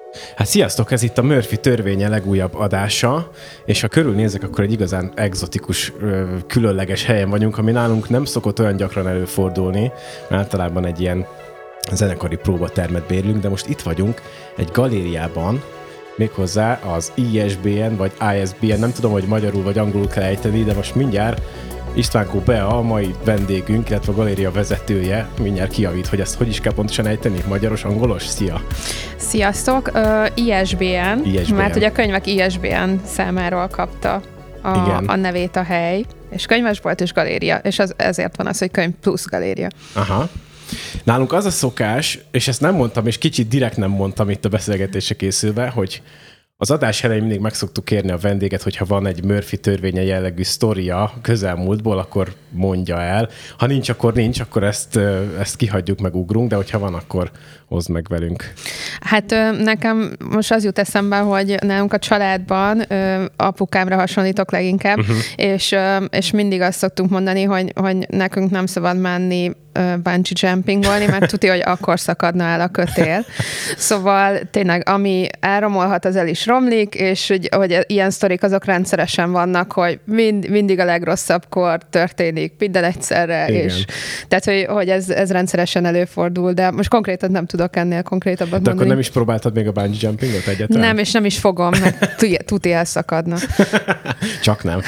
Hát sziasztok, ez itt a Murphy törvénye legújabb adása, és ha körülnézek, akkor egy igazán egzotikus, különleges helyen vagyunk, ami nálunk nem szokott olyan gyakran előfordulni, általában egy ilyen zenekari próbatermet bérlünk, de most itt vagyunk egy galériában, méghozzá az ISBN vagy ISBN, nem tudom, hogy magyarul vagy angolul kell ejteni, de most mindjárt Istvánkó Bea, a mai vendégünk, illetve a galéria vezetője, mindjárt kijavít, hogy ezt hogy is kell pontosan ejteni? Magyaros, angolos? Szia! Sziasztok! ISBN, mert ugye a könyvek ISBN számáról kapta a nevét a hely, és könyvesbolt és galéria, és ezért van az, hogy könyv plusz galéria. Aha. Nálunk az a szokás, és ezt nem mondtam, és kicsit direkt nem mondtam itt a beszélgetésre készülve, hogy az adás elején mindig meg szoktuk kérni a vendéget, hogyha van egy Murphy törvénye jellegű sztoria közelmúltból, akkor mondja el. Ha nincs, akkor ezt kihagyjuk, meg ugrunk, de hogyha van, akkor hozd meg velünk. Hát nekem most az jut eszembe, hogy nálunk a családban apukámra hasonlítok leginkább, és mindig azt szoktunk mondani, hogy nekünk nem szabad menni bungee jumpingolni, mert tudja, hogy akkor szakadna el a kötél. Szóval tényleg, ami elromolhat, az el is romlik, és hogy ilyen sztorik azok rendszeresen vannak, hogy mindig a legrosszabbkor történik, minden egyszerre, igen. És tehát, hogy ez rendszeresen előfordul, de most konkrétan nem tudok ennél konkrétabbat mondani. De akkor nem is próbáltad még a bungee jumpingot egyáltalán? Nem, és nem is fogom, mert tuti elszakadna. Csak nem.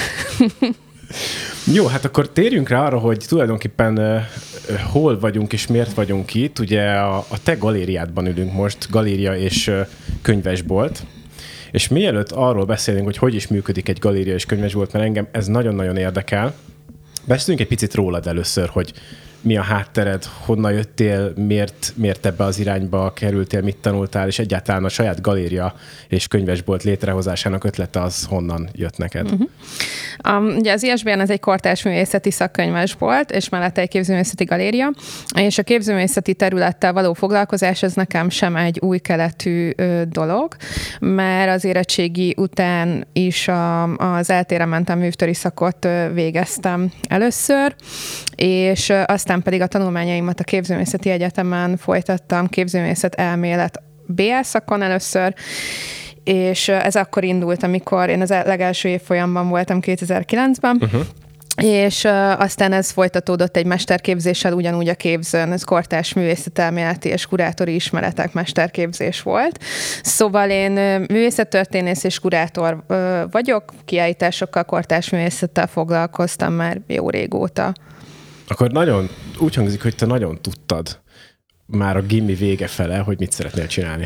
Jó, hát akkor térjünk rá arra, hogy tulajdonképpen hol vagyunk és miért vagyunk itt. Ugye a te galériádban ülünk most, galéria és könyvesbolt. És mielőtt arról beszélünk, hogy is működik egy galéria és könyvesbolt, mert engem ez nagyon-nagyon érdekel, beszéljünk egy picit rólad először, hogy mi a háttered, honnan jöttél, miért ebbe az irányba kerültél, mit tanultál, és egyáltalán a saját galéria és könyvesbolt létrehozásának ötlete az honnan jött neked? Ugye az ISBN az egy kortárs művészeti szakkönyvesbolt, és mellette egy képzőművészeti galéria, és a képzőművészeti területtel való foglalkozás az nekem sem egy új keletű dolog, mert az érettségi után is az eltére mentem művtöri szakot végeztem először, és aztán pedig a tanulmányaimat a Képzőművészeti Egyetemen folytattam, képzőművészet elmélet BL szakon először, és ez akkor indult, amikor én az legelső évfolyamban voltam 2009-ben, és aztán ez folytatódott egy mesterképzéssel, ugyanúgy a képzőn, ez kortárs művészetelméleti és kurátori ismeretek mesterképzés volt. Szóval én művészettörténész és kurátor vagyok, kiállításokkal, kortárs művészettel foglalkoztam már jó régóta. Akkor úgy hangzik, hogy te nagyon tudtad már a gimi vége fele, hogy mit szeretnél csinálni.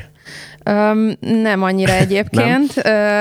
Nem annyira egyébként.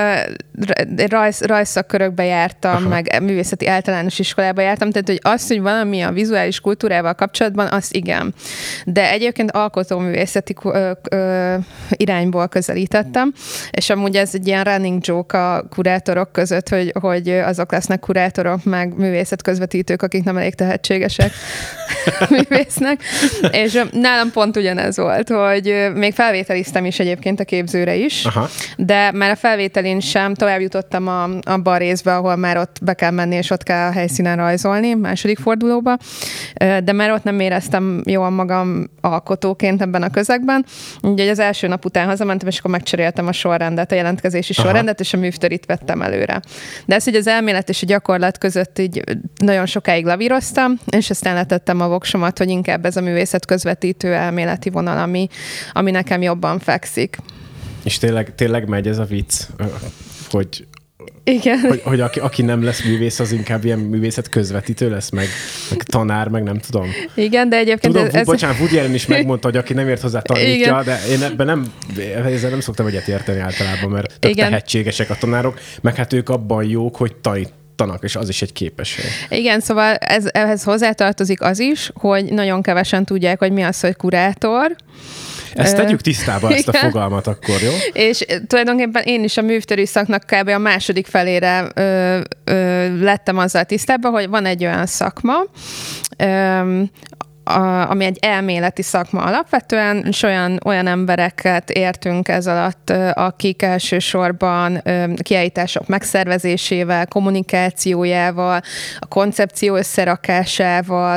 Rajzszakkörökbe jártam, meg művészeti általános iskolába jártam, tehát hogy azt, hogy valami a vizuális kultúrával kapcsolatban, az igen. De egyébként alkotóművészeti irányból közelítettem, és amúgy ez egy ilyen running joke a kurátorok között, hogy azok lesznek kurátorok, meg művészetközvetítők, akik nem elég tehetségesek művésznek. És nálam pont ugyanez volt, hogy még felvételiztem is egyébként a képzőre is, de már a felvételén sem tovább jutottam abba a részbe, ahol már ott be kell menni, és ott kell a helyszínen rajzolni, második fordulóba, de már ott nem éreztem jól magam alkotóként ebben a közegben. Úgyhogy az első nap után hazamentem, és akkor megcseréltem a sorrendet, a jelentkezési sorrendet, és a művtörit vettem előre. De ez, hogy az elmélet és a gyakorlat között így nagyon sokáig lavíroztam, és aztán letettem a voksomat, hogy inkább ez a művészet közvetítő elméleti vonal, ami nekem jobban fekszik. És tényleg megy ez a vicc, hogy igen. Hogy aki nem lesz művész, az inkább ilyen művészet közvetítő lesz, meg tanár, meg nem tudom. Igen, de egyébként... Tudom, bocsánat, Woody Allen is megmondta, hogy aki nem ért hozzá tanítja, igen. De én ezzel nem szoktam egyet érteni általában, mert tök tehetségesek a tanárok, meg hát ők abban jók, hogy tanítanak, és az is egy képesség. Igen, szóval ehhez hozzátartozik az is, hogy nagyon kevesen tudják, hogy mi az, hogy kurátor. Ezt tegyük tisztába, ezt a fogalmat akkor, jó? És tulajdonképpen én is a művtöri szaknak kb. A második felére lettem azzal tisztában, hogy van egy olyan szakma, ami egy elméleti szakma alapvetően, és olyan embereket értünk ez alatt, akik elsősorban kiállítások megszervezésével, kommunikációjával, a koncepció összerakásával,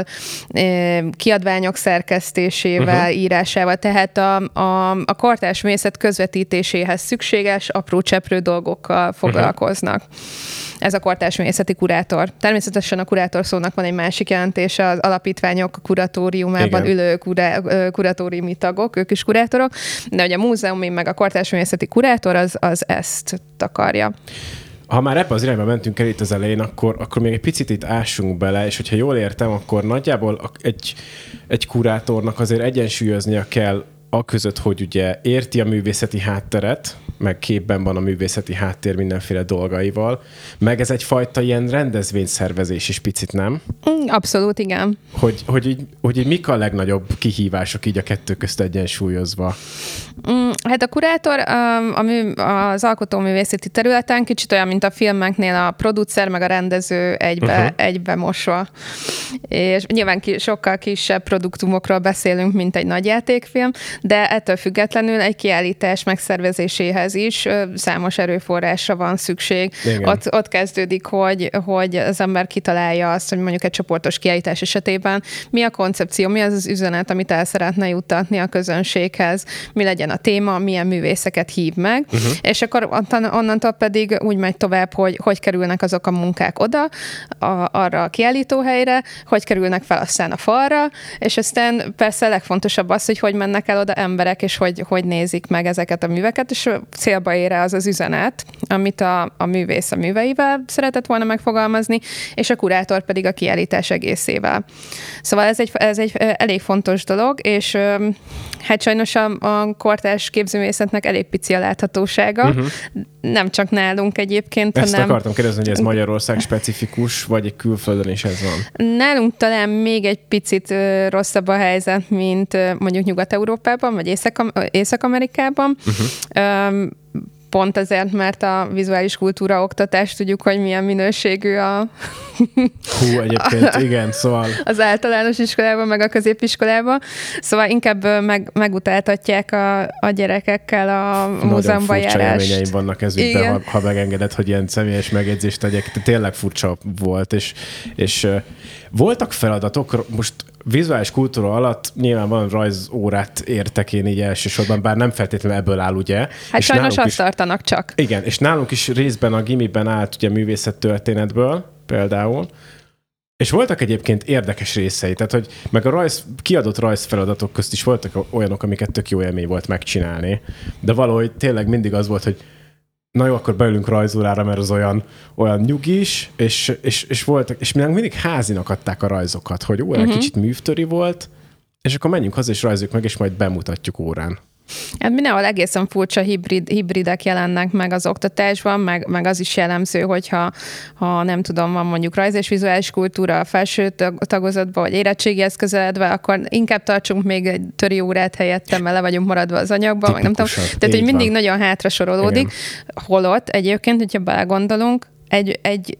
kiadványok szerkesztésével, írásával, tehát a kortárs művészet közvetítéséhez szükséges apró cseprő dolgokkal foglalkoznak. Ez a kortárs művészeti kurátor. Természetesen a kurátor szónak van egy másik jelentése, az alapítványok kuratóriumában ülő kuratóriumi tagok, ők is kurátorok, de hogy a múzeumi meg a kortárs művészeti kurátor az ezt takarja. Ha már ebbe az irányba mentünk el itt az elején, akkor még egy picit itt ássunk bele, és hogyha jól értem, akkor nagyjából egy kurátornak azért egyensúlyoznia kell aközött, hogy ugye érti a művészeti hátteret, meg képben van a művészeti háttér mindenféle dolgaival, meg ez egyfajta ilyen rendezvényszervezés is picit, nem? Abszolút, igen. Hogy így mik a legnagyobb kihívások így a kettő közt egyensúlyozva? Hát a kurátor az alkotóművészeti területen kicsit olyan, mint a filmeknél a producer meg a rendező egybe mosva. És nyilván sokkal kisebb produktumokról beszélünk, mint egy nagy játékfilm, de ettől függetlenül egy kiállítás megszervezéséhez is számos erőforrásra van szükség. Ott kezdődik, hogy az ember kitalálja azt, hogy mondjuk egy csoportos kiállítás esetében mi a koncepció, mi az az üzenet, amit el szeretne juttatni a közönséghez, mi legyen a téma, milyen művészeket hív meg, és akkor onnantól pedig úgy megy tovább, hogy kerülnek azok a munkák oda, arra a kiállítóhelyre, hogy kerülnek fel aztán a falra, és aztán persze a legfontosabb az, hogy mennek el oda emberek, és hogy nézik meg ezeket a műveket, és célba ér az az üzenet, amit a művész a műveivel szeretett volna megfogalmazni, és a kurátor pedig a kiállítás egészével. Szóval ez egy elég fontos dolog, és hát sajnos a kortárs képzőművészetnek elég pici a láthatósága, nem csak nálunk egyébként, Ezt akartam kérdezni, hogy ez Magyarország specifikus, vagy egy külföldön is ez van? Nálunk talán még egy picit rosszabb a helyzet, mint mondjuk Nyugat-Európában, vagy Észak-Amerikában. Pont azért, mert a vizuális kultúra oktatás tudjuk, hogy milyen minőségű egyébként, igen, szóval... az általános iskolában, meg a középiskolában. Szóval inkább megutáltatják a gyerekekkel a múzeumban járást. Nagyon furcsa élményeim vannak ezügyben, ha megengeded, hogy ilyen személyes megjegyzést tegyek. Tényleg furcsa volt, és voltak feladatok, most vizuális kultúra alatt nyilván van rajzórát értek én így elsősorban, bár nem feltétlenül ebből áll, ugye? Hát és sajnos azt tartanak csak. Igen, és nálunk is részben a gimiben állt ugye művészettörténetből például, és voltak egyébként érdekes részei, tehát hogy meg a kiadott rajzfeladatok közt is voltak olyanok, amiket tök jó élmény volt megcsinálni, de valahogy tényleg mindig az volt, hogy na jó, akkor beülünk rajzórára, mert az olyan nyugis, és voltak, és mindig házinak adták a rajzokat, hogy egy kicsit művtöri volt, és akkor menjünk haza, és rajzoljuk meg, és majd bemutatjuk órán. Hát mindenhol egészen furcsa hibridek jelennek meg az oktatásban, meg az is jellemző, hogyha nem tudom, van mondjuk rajz és vizuális kultúra a felső tagozatban, vagy érettségihez közeledve, akkor inkább tartsunk még egy töri órát helyette, mert le vagyunk maradva az anyagban, meg nem tudom. Tehát, hogy mindig nagyon hátra sorolódik. Holott egyébként, hogyha belegondolunk, egy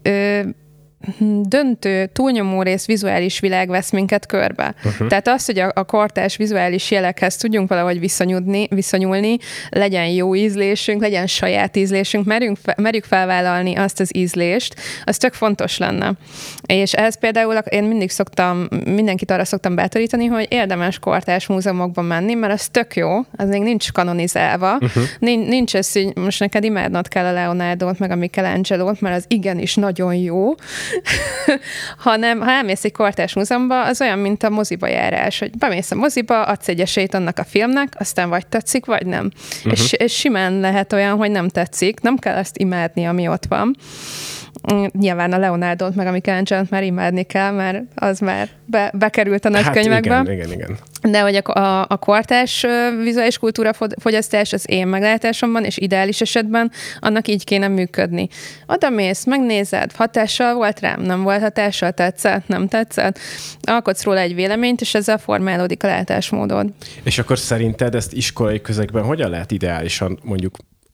döntő, túlnyomó rész vizuális világ vesz minket körbe. Tehát az, hogy a kortárs vizuális jelekhez tudjunk valahogy viszonyulni, legyen jó ízlésünk, legyen saját ízlésünk, merjük felvállalni azt az ízlést, az tök fontos lenne. És ehhez például én mindenkit arra szoktam bátorítani, hogy érdemes kortárs múzeumokban menni, mert az tök jó, az még nincs kanonizálva, nincs ez, hogy most neked imádnod kell a Leonardo-t, meg a Michelangelo-t, mert az igenis nagyon jó, hanem ha elmész egy kortárs múzeumba, az olyan, mint a moziba járás, hogy bemész a moziba, adsz egy esélyt annak a filmnek, aztán vagy tetszik, vagy nem. És simán lehet olyan, hogy nem tetszik, nem kell azt imádni, ami ott van. Nyilván a Leonardo-t meg a Michelangelo-t már imádni kell, mert az már bekerült a nagykönyvekbe. Hát igen. De hogy a kortárs vizuális kultúra fogyasztás az én meglátásomban, és ideális esetben annak így kéne működni. Oda mész, megnézed, hatással volt rám, nem volt hatással, tetszett, nem tetszett. Alkotsz róla egy véleményt, és ezzel formálódik a látásmódod. És akkor szerinted ezt iskolai közegben hogyan lehet ideálisan mondjuk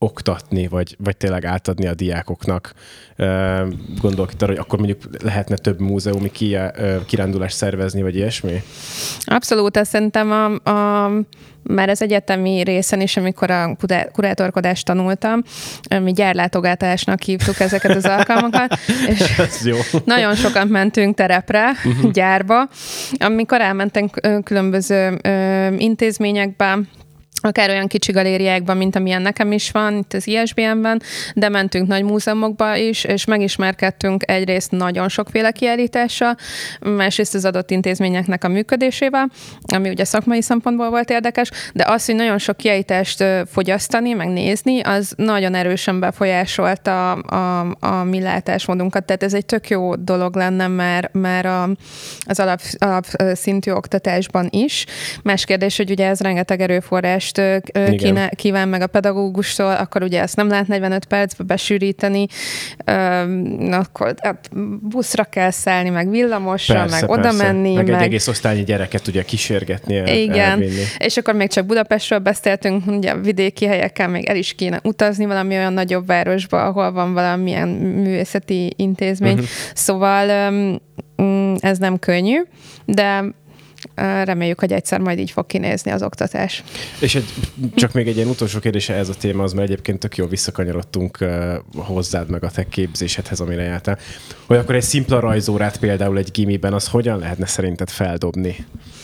oktatni, vagy tényleg átadni a diákoknak. Gondolok itt arra, hogy akkor mondjuk lehetne több múzeumi kirándulást szervezni, vagy ilyesmi? Abszolút, ezt szerintem már az egyetemi részen is, amikor a kurátorkodást tanultam, mi gyárlátogatásnak hívtuk ezeket az alkalmakat, és jó. nagyon sokan mentünk terepre, gyárba, amikor elmentünk különböző intézményekbe, akár olyan kicsi galériákban, mint amilyen nekem is van, itt az ISBN-ben, de mentünk nagy múzeumokba is, és megismerkedtünk egyrészt nagyon sokféle kiállítással, másrészt az adott intézményeknek a működésével, ami ugye szakmai szempontból volt érdekes, de az, hogy nagyon sok kiállítást fogyasztani, meg nézni, az nagyon erősen befolyásolta a mi látásmódunkat. Tehát ez egy tök jó dolog lenne már az alapszintű oktatásban is. Más kérdés, hogy ugye ez rengeteg erőforrás kíván meg a pedagógustól, akkor ugye ezt nem lehet 45 percbe besűríteni, akkor buszra kell szállni, meg villamosra, persze, meg oda menni. Meg egy egész osztályi gyereket ugye kísérgetni, igen, elvinni. És akkor még csak Budapestről beszéltünk, ugye vidéki helyekkel még el is kéne utazni valami olyan nagyobb városba, ahol van valamilyen művészeti intézmény. Szóval ez nem könnyű, de reméljük, hogy egyszer majd így fog kinézni az oktatás. És csak még egy ilyen utolsó kérdése ez a téma, az, mert egyébként tök jól visszakanyarodtunk hozzád meg a te képzésedhez, amire jártál. Hogy akkor egy szimpla rajzórát például egy gimiben, az hogyan lehetne szerinted feldobni?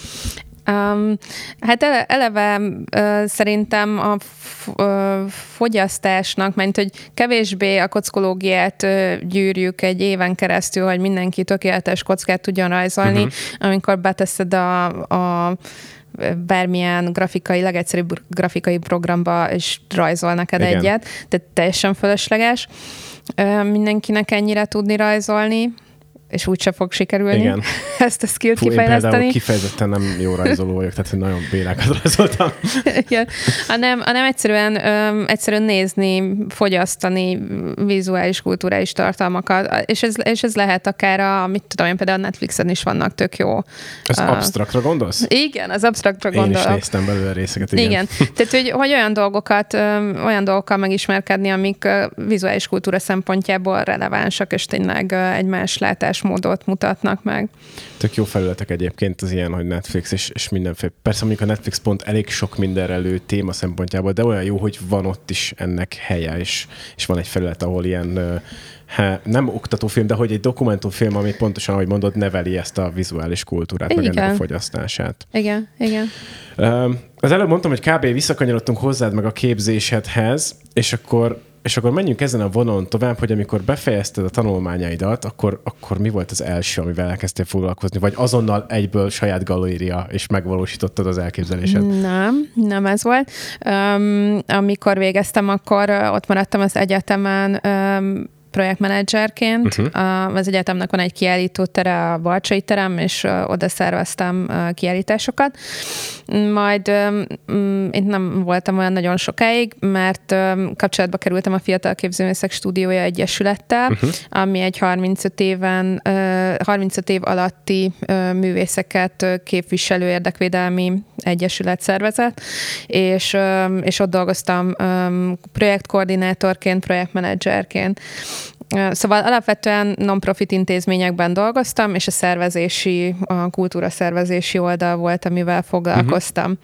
Hát eleve szerintem a fogyasztásnak, mert hogy kevésbé a kockológiát gyűrjük egy éven keresztül, hogy mindenki tökéletes kockát tudjon rajzolni, amikor beteszed a bármilyen legegyszerűbb grafikai programba, és rajzol neked egyet. Tehát teljesen fölösleges mindenkinek ennyire tudni rajzolni, és úgyse fog sikerülni. Igen. Ezt a skillt kifejleszteni. Én például kifejezetten nem jó rajzoló vagyok, tehát nagyon bénákat rajzoltam. Igen. Hanem egyszerűen nézni, fogyasztani vizuális, kulturális tartalmakat, és ez lehet akár mit tudom én, például a Netflixen is vannak tök jó. Az absztraktra gondolsz? Igen, az absztraktra gondolok. Én is néztem belőle részeket, igen. Tehát, hogy olyan dolgokkal megismerkedni, amik vizuális kultúra szempontjából relevánsak, és tényleg egy más látásmódot mutatnak meg. Tök jó felületek egyébként az ilyen, hogy Netflix és mindenféle. Persze mondjuk a Netflix pont elég sok mindenre elő téma szempontjából, de olyan jó, hogy van ott is ennek helye, és van egy felület, ahol ilyen nem oktatófilm, de hogy egy dokumentumfilm, ami pontosan, ahogy mondod, neveli ezt a vizuális kultúrát, meg ennek a fogyasztását. Igen. Az előbb mondtam, hogy kb. Visszakanyarodtunk hozzád meg a képzésedhez, és akkor menjünk ezen a vonalon tovább, hogy amikor befejezted a tanulmányaidat, akkor mi volt az első, amivel elkezdtél foglalkozni? Vagy azonnal egyből saját galéria, és megvalósítottad az elképzelésed? Nem ez volt. Amikor végeztem, akkor ott maradtam az egyetemen, projektmenedzserként. Az egyetemnek van egy kiállítótere, a Balcsai terem, és oda szerveztem kiállításokat. Majd itt nem voltam olyan nagyon sokáig, mert kapcsolatba kerültem a Fiatal Képzőművészek Stúdiója Egyesülettel, ami egy 35 év alatti művészeket képviselő érdekvédelmi egyesület szervezet, és ott dolgoztam projektkoordinátorként, projektmenedzserként. Szóval alapvetően non-profit intézményekben dolgoztam, és a kultúra szervezési oldal volt, amivel foglalkoztam.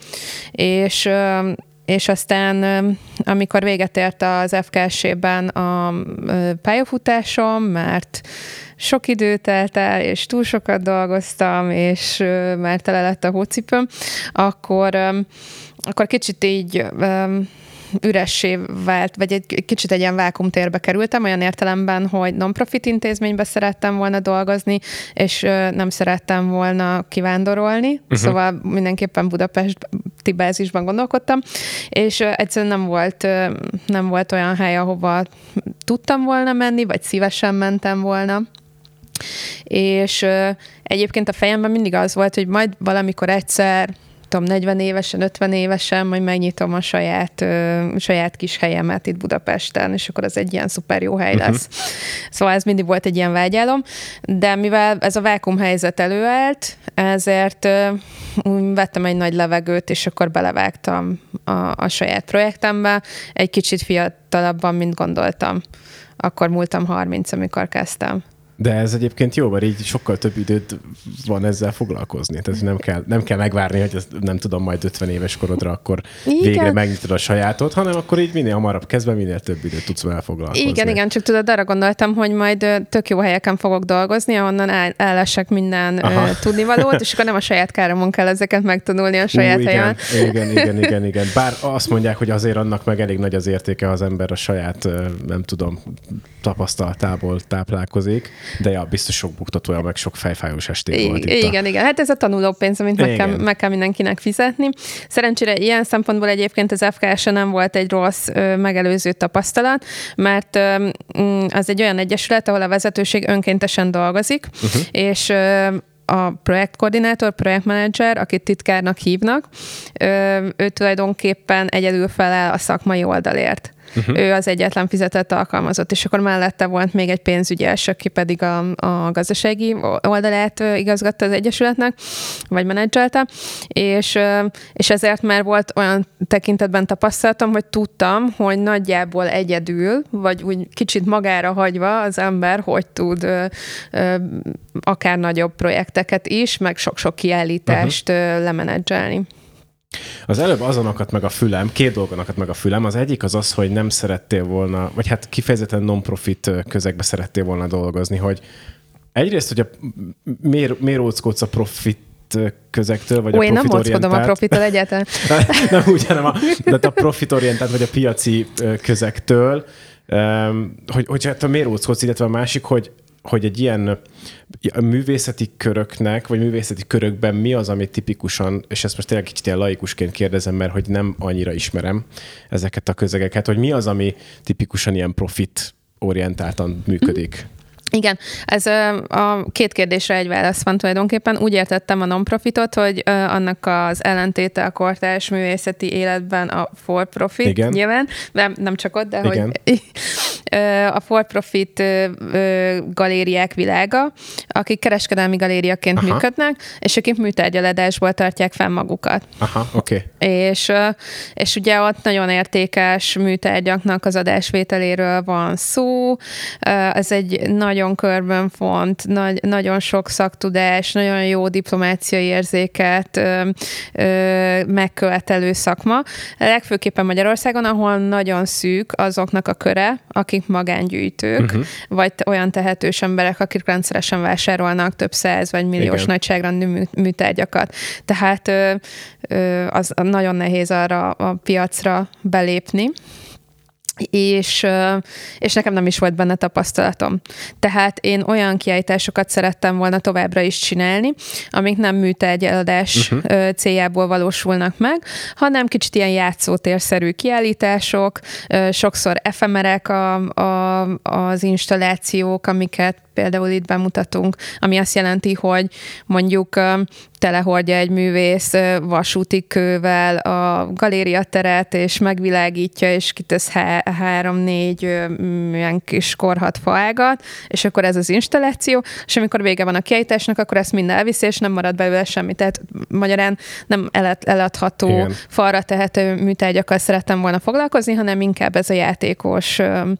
És aztán, amikor véget ért az FKS-ben a pályafutásom, mert sok idő telt el, és túl sokat dolgoztam, és már tele lett a hócipőm, akkor kicsit így üressé vált, vagy egy kicsit egy ilyen vákumtérbe kerültem, olyan értelemben, hogy non-profit intézményben szerettem volna dolgozni, és nem szerettem volna kivándorolni, szóval mindenképpen budapesti bázisban gondolkodtam, és egyszerűen nem volt olyan hely, ahova tudtam volna menni, vagy szívesen mentem volna. És egyébként a fejemben mindig az volt, hogy majd valamikor egyszer tudom, 40 évesen, 50 évesen, majd megnyitom a saját kis helyemet itt Budapesten, és akkor az egy ilyen szuper jó hely lesz. Szóval ez mindig volt egy ilyen vágyálom, de mivel ez a vákuumhelyzet előállt, ezért vettem egy nagy levegőt, és akkor belevágtam a saját projektembe. Egy kicsit fiatalabban, mint gondoltam. Akkor múltam 30, amikor kezdtem. De ez egyébként jó, mert így sokkal több időt van ezzel foglalkozni. Tehát nem kell megvárni, hogy ez, nem tudom, majd 50 éves korodra akkor végre megnyitod a sajátot, hanem akkor így minél hamarabb kezdve, minél több időt tudsz vele foglalkozni. Igen, csak tudod, arra gondoltam, hogy majd tök jó helyeken fogok dolgozni, ahonnan ellesek minden tudnivalót, és akkor nem a saját káromon kell ezeket megtanulni a saját helyen. Igen. Bár azt mondják, hogy azért annak meg elég nagy az értéke, ha az ember a saját, nem tudom, tapasztalatából táplálkozik. De ja, biztos sok buktatója, meg sok fejfájós esték volt itt. Igen. Hát ez a tanulópénz, amit meg kell mindenkinek fizetni. Szerencsére ilyen szempontból egyébként az FKS nem volt egy rossz megelőző tapasztalat, mert az egy olyan egyesület, ahol a vezetőség önkéntesen dolgozik, és a projektkoordinátor, projektmenedzser, akit titkárnak hívnak, ő tulajdonképpen egyedül felel a szakmai oldalért. Ő az egyetlen fizetett alkalmazott, és akkor mellette volt még egy pénzügyes, aki pedig a gazdasági oldalát igazgatta az egyesületnek, vagy menedzselte, és ezért már volt olyan tekintetben tapasztalatom, hogy tudtam, hogy nagyjából egyedül, vagy úgy kicsit magára hagyva az ember, hogy tud akár nagyobb projekteket is, meg sok-sok kiállítást lemenedzselni. Az előbb azon akadt meg a fülem, 2 dolgon akadt meg a fülem. Az egyik az, hogy nem szerettél volna, vagy hát kifejezetten non-profit közegbe szerettél volna dolgozni, hogy egyrészt, hogy miért óckodsz a profit közegtől, vagy a profitorientált... Én nem óckodom a profittól egyáltalán. Nem úgy, hanem a profitorientált, vagy a piaci közegtől, hogy hát miért óckodsz, illetve a másik, hogy egy ilyen művészeti köröknek, vagy művészeti körökben mi az, ami tipikusan, és ezt most tényleg kicsit ilyen laikusként kérdezem, mert hogy nem annyira ismerem ezeket a közegeket, hogy mi az, ami tipikusan ilyen profit-orientáltan működik? Igen, ez a 2 kérdésre egy válasz van tulajdonképpen. Úgy értettem a non-profitot, hogy annak az ellentéte a kortárs művészeti életben a for-profit, igen. Nyilván, nem csak ott, de igen. Hogy a for-profit galériák világa, akik kereskedelmi galériaként működnek, és akik műtárgyaladásból tartják fenn magukat. Aha, oké. És ugye ott nagyon értékes műtárgyaknak az adásvételéről van szó. Ez egy nagyon körbenfont, nagyon sok szaktudás, nagyon jó diplomáciai érzéket megkövetelő szakma. Legfőképpen Magyarországon, ahol nagyon szűk azoknak a köre, akik magángyűjtők, vagy olyan tehetős emberek, akik rendszeresen vásárolnak több 100 vagy milliós nagyságrendű műtárgyakat. Tehát az nagyon nehéz arra a piacra belépni. És nekem nem is volt benne tapasztalatom. Tehát én olyan kiállításokat szerettem volna továbbra is csinálni, amik nem műtárgyaladás céljából valósulnak meg, hanem kicsit ilyen játszótérszerű kiállítások, sokszor efemerek az installációk, amiket például itt bemutatunk, ami azt jelenti, hogy mondjuk telehordja egy művész vasúti kővel a galériateret, és megvilágítja, és kitesz 3-4 ilyen kis korhat faágat, és akkor ez az installáció, és amikor vége van a kiállításnak, akkor ezt mind elviszi, és nem marad belőle semmi. Tehát magyarán nem eladható, falra tehető műtárgyakkal szerettem volna foglalkozni, hanem inkább ez a játékos,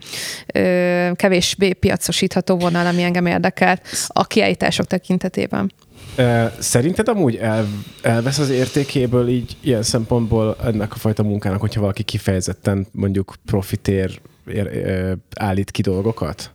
kevésbé piacosítható vonal, ami engem érdekelt a kiállítások tekintetében. Szerinted amúgy elvesz az értékéből így ilyen szempontból ennek a fajta munkának, hogyha valaki kifejezetten mondjuk profitér állít ki dolgokat?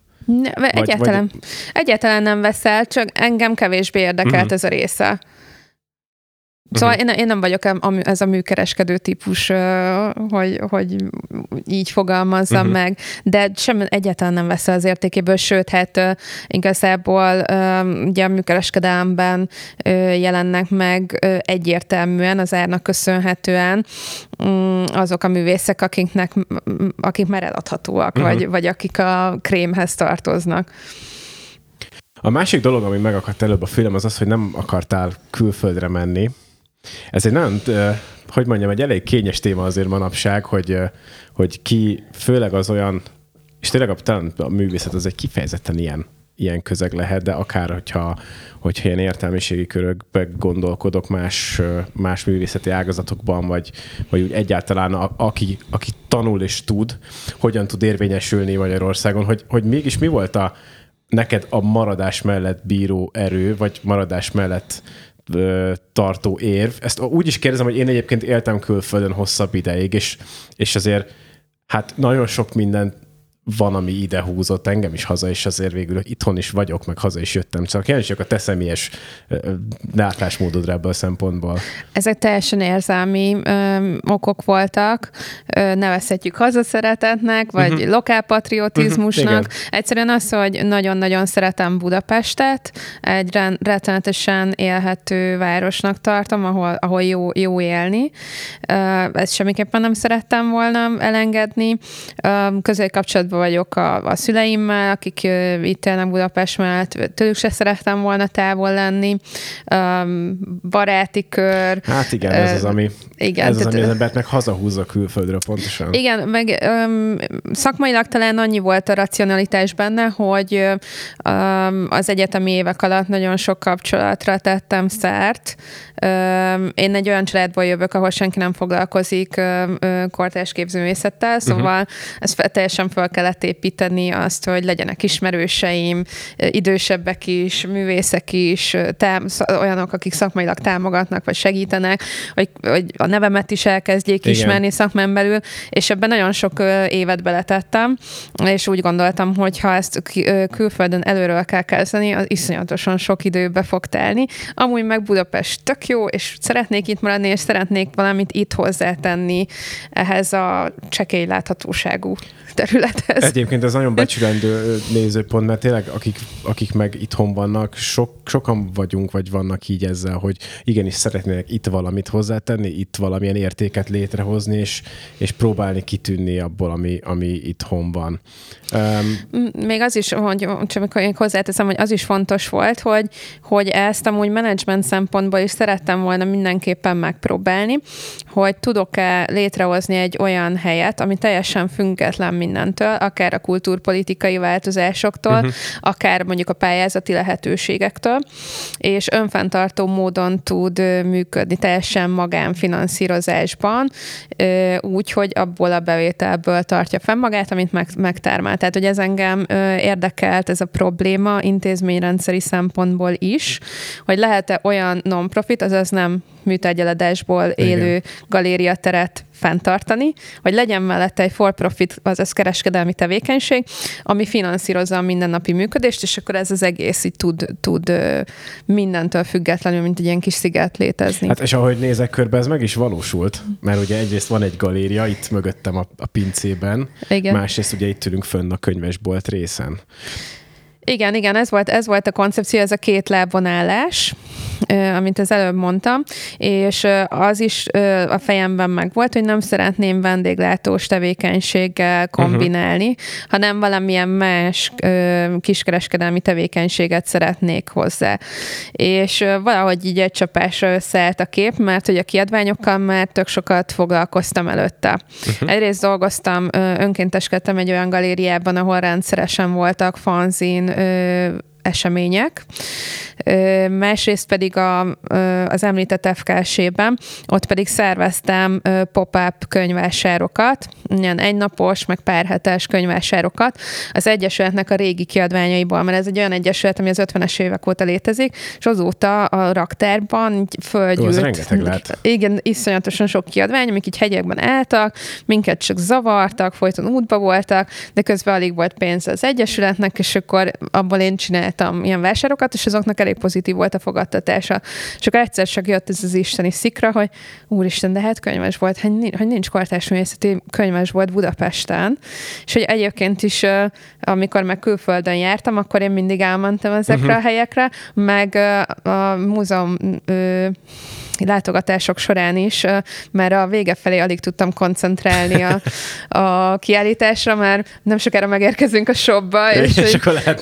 Egyáltalán nem vesz el, csak engem kevésbé érdekelt ez a része. Szóval én nem vagyok ez a műkereskedő típus, hogy így fogalmazzam meg, de egyáltalán nem vesz az értékéből, sőt, hát igazából ugye a műkereskedelemben jelennek meg egyértelműen az árnak köszönhetően azok a művészek, akik már eladhatóak, vagy akik a krémhez tartoznak. A másik dolog, ami megakadt előbb a fülem, az az, hogy nem akartál külföldre menni. Ez egy nagyon, hogy mondjam, egy elég kényes téma azért manapság, hogy ki, főleg az olyan, és tényleg talán a művészet az egy kifejezetten ilyen közeg lehet, de akár, hogyha ilyen értelmiségi körökbe gondolkodok más művészeti ágazatokban, vagy úgy egyáltalán aki tanul és tud, hogyan tud érvényesülni Magyarországon, hogy mégis mi volt neked a maradás mellett bíró erő, vagy maradás mellett tartó érv. Ezt úgy is kérdezem, hogy én egyébként éltem külföldön hosszabb ideig, és azért hát nagyon sok minden van, ami ide húzott engem is haza, és azért végül itthon is vagyok, meg haza is jöttem. Csak kíváncsiak a te személyes látásmódodra ebből a szempontból. Ezek teljesen érzelmi okok voltak. Nevezhetjük hazaszeretetnek, vagy lokálpatriotizmusnak. Egyszerűen az, hogy nagyon-nagyon szeretem Budapestet, egy rettenetesen élhető városnak tartom, ahol jó élni. Ezt semmiképpen nem szerettem volna elengedni. Közeli kapcsolatban vagyok a szüleimmel, akik itt élnek Budapest mellett, tőlük se szerettem volna távol lenni. Baráti kör. Hát igen, ez az, ami az embert meg hazahúzza külföldről pontosan. Igen, meg szakmailag talán annyi volt a racionalitás benne, hogy az egyetemi évek alatt nagyon sok kapcsolatra tettem szert. Én egy olyan családból jövök, ahol senki nem foglalkozik kortárs képzőművészettel, szóval ezt teljesen fel kellett építeni azt, hogy legyenek ismerőseim, idősebbek is, művészek is, olyanok, akik szakmailag támogatnak, vagy segítenek, hogy a nevemet is elkezdjék ismerni szakmán belül, és ebben nagyon sok évet beletettem, és úgy gondoltam, hogy ha ezt külföldön előről kell kezdeni, az iszonyatosan sok időbe fog telni. Amúgy meg Budapest tök jó, és szeretnék itt maradni, és szeretnék valamit itt hozzátenni ehhez a csekély láthatóságú területhez. Egyébként ez nagyon becsülendő nézőpont, mert tényleg akik meg itthon vannak, sokan vagyunk, vagy vannak így ezzel, hogy igenis szeretnének itt valamit hozzátenni, itt valamilyen értéket létrehozni, és próbálni kitűnni abból, ami itthon van. Még az is, hogy csak én hozzáteszem, hogy az is fontos volt, hogy ezt amúgy menedzsment szempontból is szerettem volna mindenképpen megpróbálni, hogy tudok-e létrehozni egy olyan helyet, ami teljesen független mindentől, akár a kultúrpolitikai változásoktól, akár mondjuk a pályázati lehetőségektől, és önfenntartó módon tud működni, teljesen magánfinanszírozásban, úgy, hogy abból a bevételből tartja fenn magát, amit megtermel. Tehát, hogy ez engem érdekelt, ez a probléma intézményrendszeri szempontból is, hogy lehet-e olyan non-profit, azaz nem műtárgyaladásból élő galériateret fenntartani, hogy legyen mellette egy for-profit, azaz kereskedelmi tevékenység, ami finanszírozza a mindennapi működést, és akkor ez az egész így tud mindentől függetlenül, mint egy ilyen kis sziget létezni. Hát és ahogy nézek körbe, ez meg is valósult, mert ugye egyrészt van egy galéria itt mögöttem a pincében, másrészt ugye itt ülünk fönn a könyvesbolt részen. Igen, ez volt a koncepció, ez a két lábvonállás, amit az előbb mondtam, és az is a fejemben megvolt, hogy nem szeretném vendéglátós tevékenységgel kombinálni, hanem valamilyen más kiskereskedelmi tevékenységet szeretnék hozzá. És valahogy így egy csapásra összeállt a kép, mert hogy a kiadványokkal már tök sokat foglalkoztam előtte. Egyrészt dolgoztam, önkénteskedtem egy olyan galériában, ahol rendszeresen voltak fanzin események. Másrészt pedig az említett FKS-ben, ott pedig szerveztem pop-up könyvvásárokat, ilyen egynapos, meg pár hetes könyvvásárokat az Egyesületnek a régi kiadványaiból, mert ez egy olyan egyesület, ami az 50-es évek óta létezik, és azóta a raktárban földgyűlt. Ez rengeteg lehet. Igen, iszonyatosan sok kiadvány, amik így hegyekben álltak, minket csak zavartak, folyton útba voltak, de közben alig volt pénz az egyesületnek, és akkor abból én csináltam ilyen vásárokat, és azoknak elég pozitív volt a fogadtatása. És akkor egyszer csak jött ez az isteni szikra, hogy úristen, de hát könyves volt, hogy nincs kortárs művészeti könyves volt Budapesten. És hogy egyébként is, amikor meg külföldön jártam, akkor én mindig elmentem ezekre a helyekre, meg a múzeum látogatások során is, mert a vége felé alig tudtam koncentrálni a kiállításra, mert nem sokára megérkezünk a shopba, és akkor lehet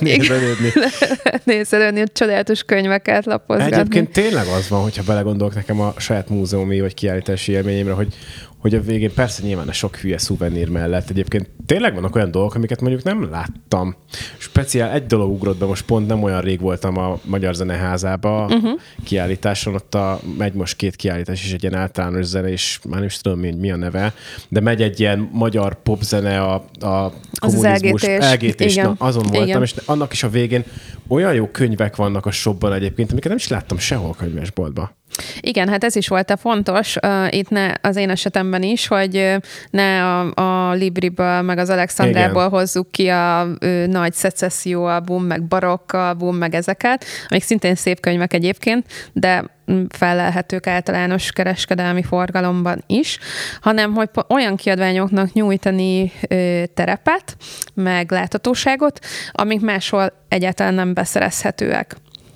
nézelődni, csodálatos könyveket lapozgatni. Egyébként tényleg az van, hogyha belegondolok nekem a saját múzeumi vagy kiállítási élményemre, hogy a végén persze nyilván a sok hülye szuvenír mellett egyébként tényleg vannak olyan dolgok, amiket mondjuk nem láttam. Speciál egy dolog ugrott be, most pont nem olyan rég voltam a Magyar Zeneházába kiállításon, ott megy most 2 kiállítás is, egy ilyen általános zene, és már nem is tudom, mi a neve, de megy egy ilyen magyar popzene a kommunizmus. LGT-s. Na, azon voltam, és annak is a végén olyan jó könyvek vannak a shopban egyébként, amiket nem is láttam sehol könyvesboltban. Igen, hát ez is volt a fontos itt az én esetemben is, hogy ne a Libriből, meg az Alexandrából hozzuk ki a nagy szecesszió album, meg barokk album, meg ezeket, amik szintén szép könyvek egyébként, de fellelhetők általános kereskedelmi forgalomban is, hanem hogy olyan kiadványoknak nyújtani terepet, meg láthatóságot, amik máshol egyáltalán nem beszerezhetőek.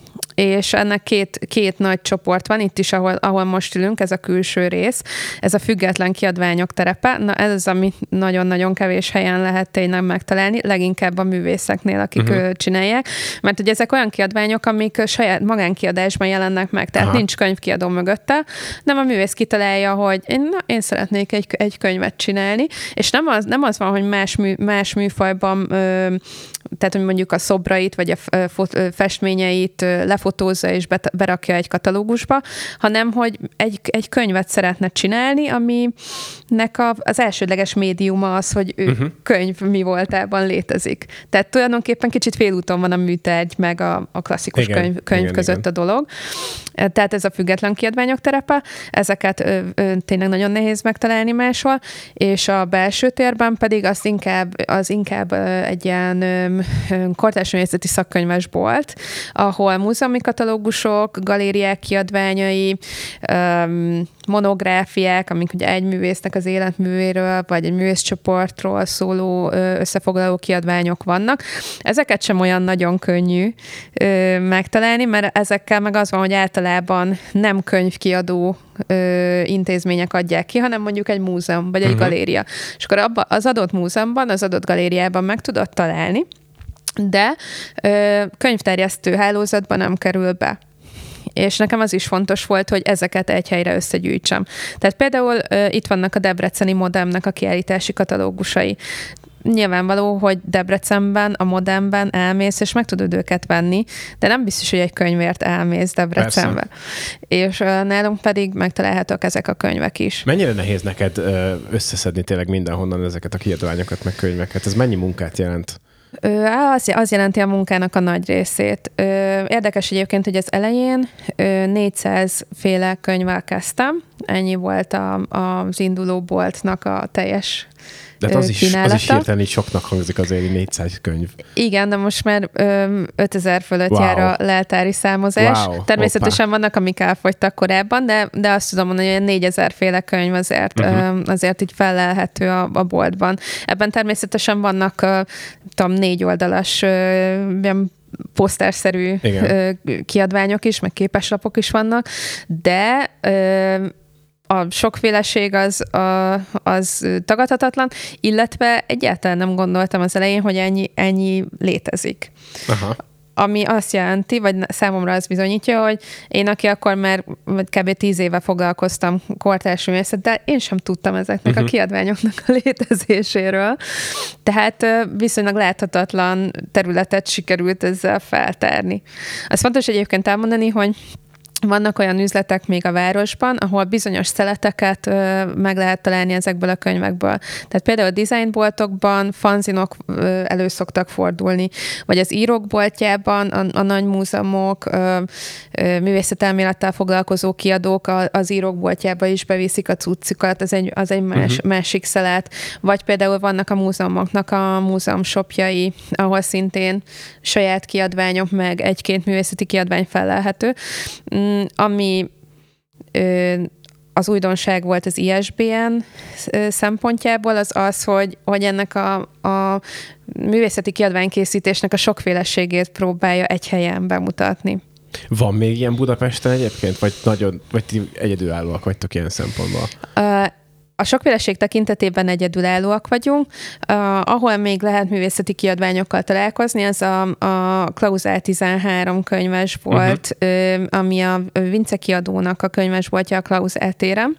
És ennek két nagy csoport van, itt is, ahol most ülünk, ez a külső rész, ez a független kiadványok terepe. Na ez az, amit nagyon-nagyon kevés helyen lehet tényleg megtalálni, leginkább a művészeknél, akik csinálják, mert ugye ezek olyan kiadványok, amik saját magánkiadásban jelennek meg, tehát nincs könyvkiadó mögötte, nem a művész kitalálja, hogy én szeretnék egy könyvet csinálni, és nem az van, hogy más műfajban, tehát hogy mondjuk a szobrait, vagy a festményeit lefotózza és berakja egy katalógusba, hanem hogy egy könyvet szeretne csinálni, aminek az elsődleges médiuma az, hogy ő könyv mi voltában létezik. Tehát tulajdonképpen kicsit félúton van a műtárgy meg a klasszikus könyv között a dolog. Tehát ez a független kiadványok terepe, ezeket tényleg nagyon nehéz megtalálni máshol, és a belső térben pedig az inkább egy ilyen kortárs művészeti szakkönyvesbolt, ahol múzeumi katalógusok, galériák kiadványai, monográfiák, amik ugye egy művésznek az életművéről, vagy egy művészcsoportról szóló összefoglaló kiadványok vannak. Ezeket sem olyan nagyon könnyű megtalálni, mert ezekkel meg az van, hogy általában nem könyvkiadó intézmények adják ki, hanem mondjuk egy múzeum, vagy egy galéria. És akkor az adott múzeumban, az adott galériában meg tudod találni, de könyvterjesztő hálózatban nem kerül be. És nekem az is fontos volt, hogy ezeket egy helyre összegyűjtsem. Tehát például itt vannak a debreceni Modemnek a kiállítási katalógusai. Nyilvánvaló, hogy Debrecenben, a Modemben elmész, és meg tudod őket venni, de nem biztos, hogy egy könyvért elmész Debrecenbe. Persze. És nálunk pedig megtalálhatók ezek a könyvek is. Mennyire nehéz neked összeszedni tényleg mindenhonnan ezeket a kiadványokat, meg könyveket? Ez mennyi munkát jelent? Az jelenti a munkának a nagy részét. Érdekes egyébként, hogy az elején 400 féle könyvvel kezdtem. Ennyi volt az induló boltnak a teljes de az is hirtelen így soknak hangzik azért 400 könyv. Igen, de most már 5000 fölött jár a leltári számozás. Természetesen vannak, amik elfogytak korábban, de azt tudom mondani, hogy 4000 féle könyv azért így fellelhető a boltban. Ebben természetesen vannak 4 oldalas poszterszerű kiadványok is, meg képeslapok is vannak, de a sokféleség az tagadhatatlan, illetve egyáltalán nem gondoltam az elején, hogy ennyi létezik. Aha. Ami azt jelenti, vagy számomra az bizonyítja, hogy én, aki akkor már kb. 10 éve foglalkoztam kortárs művészettel, én sem tudtam ezeknek a kiadványoknak a létezéséről. Tehát viszonylag láthatatlan területet sikerült ezzel feltárni. Az fontos egyébként elmondani, hogy vannak olyan üzletek még a városban, ahol bizonyos szeleteket meg lehet találni ezekből a könyvekből. Tehát például a designboltokban fanzinok elő szoktak fordulni, vagy az írók boltjában a nagy múzeumok, művészetelmélettel foglalkozó kiadók az írók boltjába is beviszik a cuccukat, az egy másik szelet. Vagy például vannak a múzeumoknak a múzeum shopjai, ahol szintén saját kiadványok, meg egy-két művészeti kiadvány fellelhető. Ami az újdonság volt az ISBN szempontjából, az, hogy ennek a művészeti kiadványkészítésnek a sokféleségét próbálja egy helyen bemutatni. Van még ilyen Budapesten egyébként? Vagy ti egyedülállóak vagytok ilyen szempontból? A sokféleség tekintetében egyedülállóak vagyunk. Ahol még lehet művészeti kiadványokkal találkozni, az a Klauzál 13 könyves volt, ami a Vince kiadónak a könyvesboltja a Klauzál téren.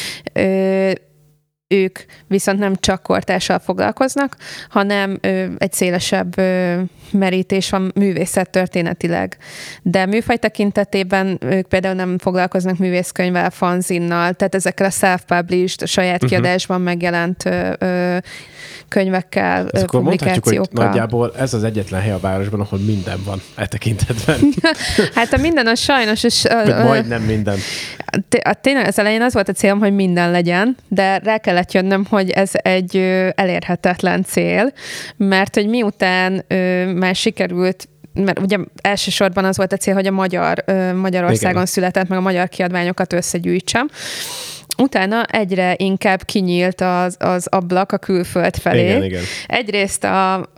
Ők viszont nem csak kortárssal foglalkoznak, hanem egy szélesebb merítés van művészettörténetileg. De műfaj tekintetében ők például nem foglalkoznak művészkönyvvel, fanzinnal, tehát ezekkel a self-published, saját kiadásban megjelent könyvekkel, ezt akkor publikációkkal. Mondhatjuk, hogy nagyjából ez az egyetlen hely a városban, ahol minden van tekintetben. Hát a minden az sajnos is... majdnem minden. Tényleg az elején az volt a célom, hogy minden legyen, de rá kellett jönnöm, hogy ez egy elérhetetlen cél, mert hogy miután már sikerült, mert ugye elsősorban az volt a cél, hogy a Magyarországon igen. született, meg a magyar kiadványokat összegyűjtsem. Utána egyre inkább kinyílt az ablak a külföld felé. Igen. Egyrészt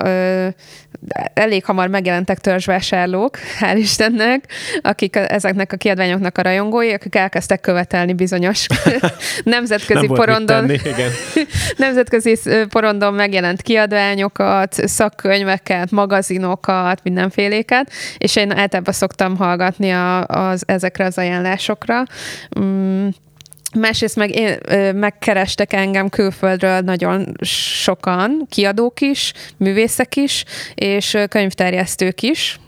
elég hamar megjelentek törzsvásárlók, hál' Istennek, akik ezeknek a kiadványoknak a rajongói, akik elkezdtek követelni bizonyos nemzetközi porondon megjelent kiadványokat, szakkönyveket, magazinokat, mindenféléket, és én általában szoktam hallgatni ezekre az ajánlásokra. Másrészt megkerestek engem külföldről nagyon sokan, kiadók is, művészek is, és könyvterjesztők is,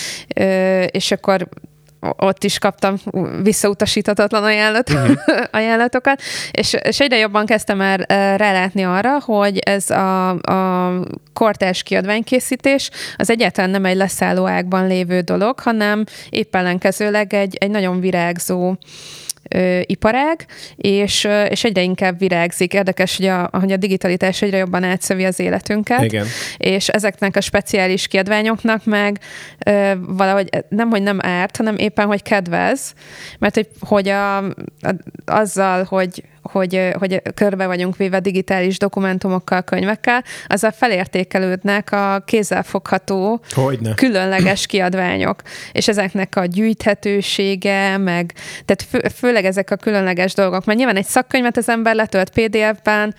és akkor ott is kaptam visszautasíthatatlan ajánlatokat, és egyre jobban kezdtem el rálátni arra, hogy ez a kortárs kiadványkészítés az egyáltalán nem egy leszálló ágban lévő dolog, hanem épp ellenkezőleg egy nagyon virágzó iparág, és egyre inkább virágzik. Érdekes, hogy a digitalitás egyre jobban átszövi az életünket. Igen. És ezeknek a speciális kiadványoknak meg valahogy hogy nem árt, hanem éppen, hogy kedvez, mert hogy azzal, hogy körbe vagyunk véve digitális dokumentumokkal, könyvekkel, azzal felértékelődnek a kézzelfogható, különleges kiadványok. És ezeknek a gyűjthetősége, tehát főleg ezek a különleges dolgok. Mert nyilván egy szakkönyvet az ember letölt PDF-ben,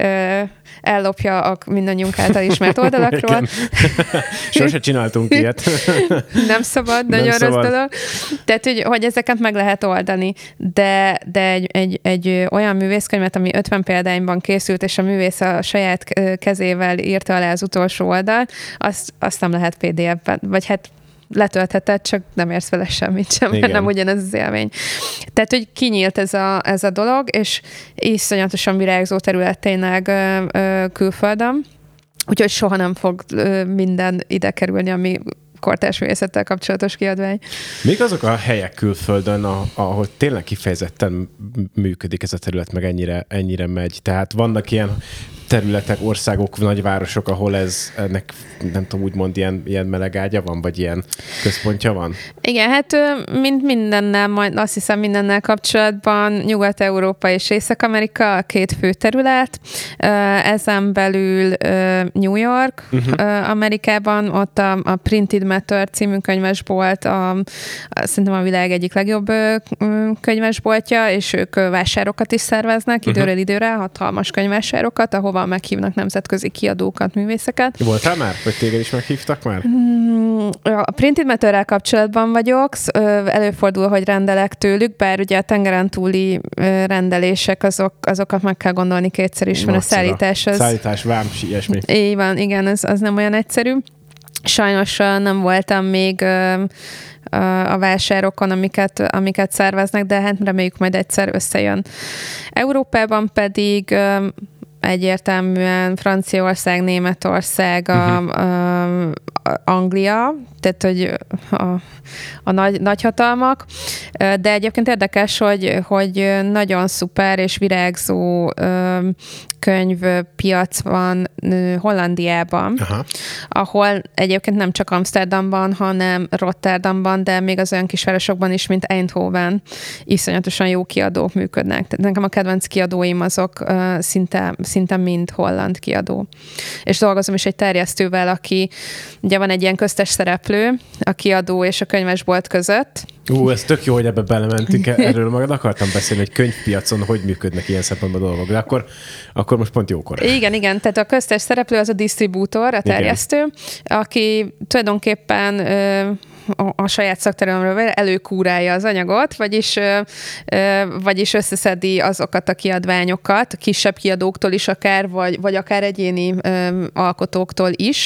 ellopja a mindannyiunk által ismert oldalakról. Sose csináltunk ilyet. Nem szabad, nagyon rossz dolog. Tehát, hogy ezeket meg lehet oldani, de egy olyan művészkönyvet, ami 50 példányban készült, és a művész a saját kezével írta alá az utolsó oldalt, azt nem lehet PDF-ben, vagy hát letöltheted, csak nem érsz vele semmit sem, mert nem ugyanez az élmény. Tehát, hogy kinyílt ez a dolog, és iszonyatosan virágzó terület tényleg külföldön, úgyhogy soha nem fog minden ide kerülni, ami kortárs művészettel kapcsolatos kiadvány. Még azok a helyek külföldön, ahol tényleg kifejezetten működik ez a terület, meg ennyire megy. Tehát vannak ilyen területek, országok, nagyvárosok, ahol ennek nem tudom, úgymond ilyen meleg ágya van, vagy ilyen központja van? Igen, hát mint mindennel, majd azt hiszem mindennel kapcsolatban Nyugat-Európa és Észak-Amerika a két fő terület. Ezen belül New York, Amerikában, ott a Printed Matter című könyvesbolt, szerintem a világ egyik legjobb könyvesboltja, és ők vásárokat is szerveznek időről időre, hatalmas könyvvásárokat, ahova meghívnak nemzetközi kiadókat, művészeket. Voltál már? Vagy téged is meghívtak már? A Printed Matterrel kapcsolatban vagyok, előfordul, hogy rendelek tőlük, bár ugye a tengeren túli rendelések, azokat meg kell gondolni kétszer is, mert a szállítás az... Szállítás, vám, ilyesmi. Így van, igen, az nem olyan egyszerű. Sajnos nem voltam még a vásárokon, amiket szerveznek, de hát reméljük majd egyszer összejön. Európában pedig egyértelműen Franciaország, Németország, Anglia, tehát hogy a nagyhatalmak, de egyébként érdekes, hogy nagyon szuper és virágzó könyvpiac van Hollandiában, ahol egyébként nem csak Amsterdamban, hanem Rotterdamban, de még az olyan kisvárosokban is, mint Eindhoven, iszonyatosan jó kiadók működnek. Tehát nekem a kedvenc kiadóim azok szinte mind holland kiadó. És dolgozom is egy terjesztővel, aki ugye van egy egy ilyen köztes szereplő a kiadó és a könyvesbolt között. Ez tök jó, hogy ebbe belementünk. Erről magad akartam beszélni, hogy könyvpiacon hogy működnek ilyen szempontból dolgok, de akkor most pont jókor. Igen, tehát a köztes szereplő az a disztribútor, a terjesztő, igen, aki tulajdonképpen a saját szakterületről előkúrálja az anyagot, vagyis összeszedi azokat a kiadványokat, kisebb kiadóktól is akár, vagy akár egyéni alkotóktól is,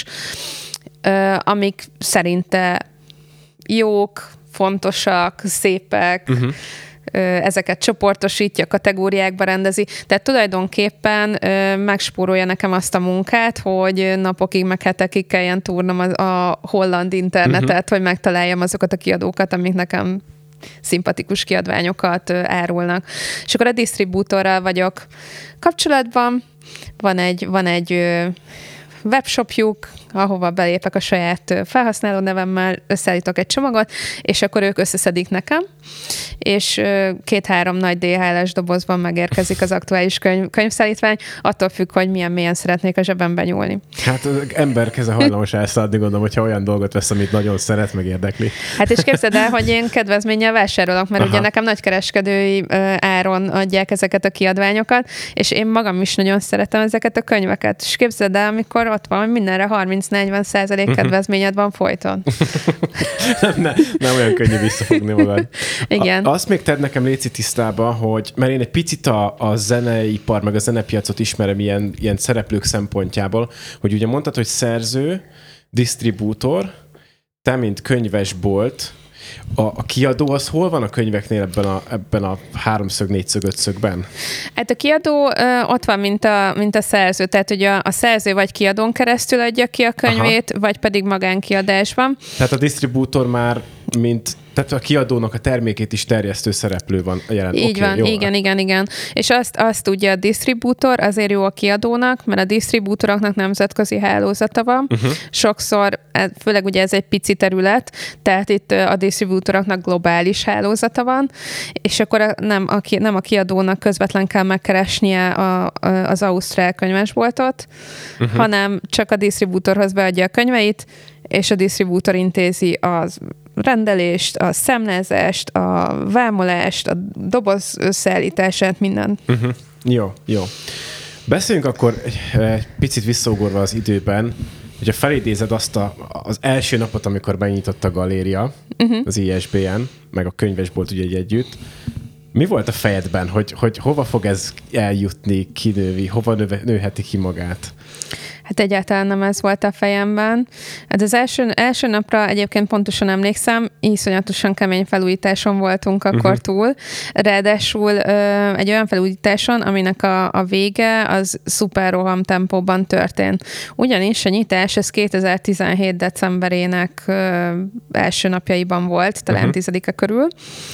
amik szerinte jók, fontosak, szépek, ezeket csoportosítja, kategóriákba rendezi. Tehát tulajdonképpen megspórolja nekem azt a munkát, hogy napokig, meg hetekig kelljen túrnom a holland internetet, hogy megtaláljam azokat a kiadókat, amik nekem szimpatikus kiadványokat árulnak. És akkor a disztribútorral vagyok kapcsolatban. Van egy webshopjuk, ahova belépek a saját felhasználó nevemmel, összeállítok egy csomagot, és akkor ők összeszedik nekem, és 2-3 nagy DHL-es dobozban megérkezik az aktuális könyvszállítvány, attól függ, hogy milyen mélyen szeretnék a zsebembe nyúlni. Hát az ember keze hajlamos elszállni, gondolom, hogyha olyan dolgot vesz, amit nagyon szeret, meg érdekli. Hát és képzeld el, hogy én kedvezménnyel vásárolok, mert ugye nekem nagykereskedői áron adják ezeket a kiadványokat, és én magam is nagyon szeretem ezeket a könyveket. És képzeld el, amikor ott van, mindenre 30-40% kedvezményed van folyton. nem olyan könnyű visszafogni magad. Igen. Azt még tedd nekem léci tisztába, hogy mert én egy picit a zeneipar, meg a zenepiacot ismerem ilyen szereplők szempontjából, hogy ugye mondtad, hogy szerző, disztribútor, te, mint könyvesbolt, a kiadó az hol van a könyveknél ebben a háromszög, négyszög, ötszögben? Hát a kiadó ott van, mint a szerző. Tehát ugye a szerző vagy kiadón keresztül adja ki a könyvét, vagy pedig magánkiadásban. Tehát a disztribútor már tehát a kiadónak a termékét is terjesztő szereplő van jelen. Így van, jó. Igen. És azt tudja a disztribútor, azért jó a kiadónak, mert a disztribútoroknak nemzetközi hálózata van. Sokszor, főleg ugye ez egy pici terület, tehát itt a disztribútoroknak globális hálózata van, és akkor nem a kiadónak közvetlen kell megkeresnie az ausztrál könyvesboltot, hanem csak a disztribútorhoz beadja a könyveit, és a disztribútor intézi az rendelést, a számlázást, a vámolást, a doboz összeállítását, minden. Jó. Beszéljünk akkor egy picit visszaugorva az időben, hogyha felidézed azt az első napot, amikor megnyitott a galéria, az ISBN, meg a könyvesbolt ugye együtt. Mi volt a fejedben, hogy hova fog ez eljutni, kinővi, hova nőheti ki magát? Hát egyáltalán nem ez volt a fejemben. Hát az első napra egyébként pontosan emlékszem, iszonyatosan kemény felújításon voltunk akkor túl. Ráadásul egy olyan felújításon, aminek a vége az szuper roham tempóban történt. Ugyanis a nyitás ez 2017 decemberének első napjaiban volt, talán 10-e körül,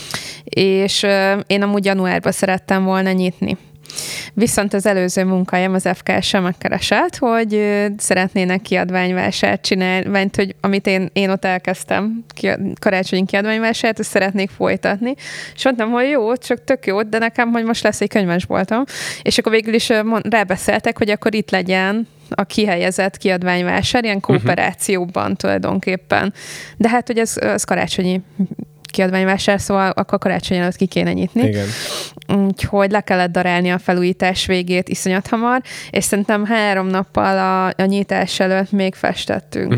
és én amúgy januárban szerettem volna nyitni. Viszont az előző munkájám az FKS megkeresett, hogy szeretnének kiadványvásárt csinálni, hogy amit én ott elkezdtem, karácsonyi kiadványvásárt, azt szeretnék folytatni. És mondtam, hogy jó, csak tök jó, de nekem, hogy most lesz egy könyvesboltom. És akkor végül is rábeszéltek, hogy akkor itt legyen a kihelyezett kiadványvásár, ilyen kooperációban tulajdonképpen. De hát, hogy ez karácsonyi kiadványvásár, szóval akkor karácsony előtt ki kéne nyitni. Igen. Úgyhogy le kellett darálni a felújítás végét iszonyat hamar, és szerintem 3 nappal a nyitás előtt még festettünk.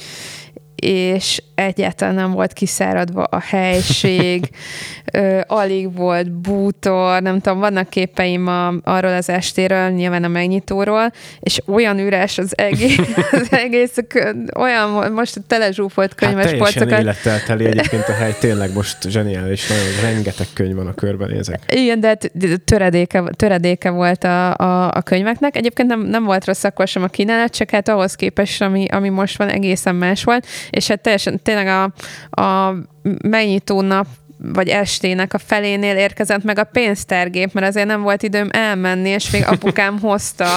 És egyáltalán nem volt kiszáradva a helység, alig volt bútor, nem tudom, vannak képeim arról az estéről, nyilván a megnyitóról, és olyan üres az egész olyan most telezsúfolt könyves polcokat. Teljesen élettel teli egyébként a hely, tényleg most zseniális, nagyon rengeteg könyv van, a körbenézek. Igen, de töredéke volt a könyveknek. Egyébként nem volt rossz akkor sem a kínálat, csak hát ahhoz képest, ami most van, egészen más volt, és hát teljesen tényleg a megnyitó nap vagy estének a felénél érkezett meg a pénztárgép, mert azért nem volt időm elmenni, és még apukám hozta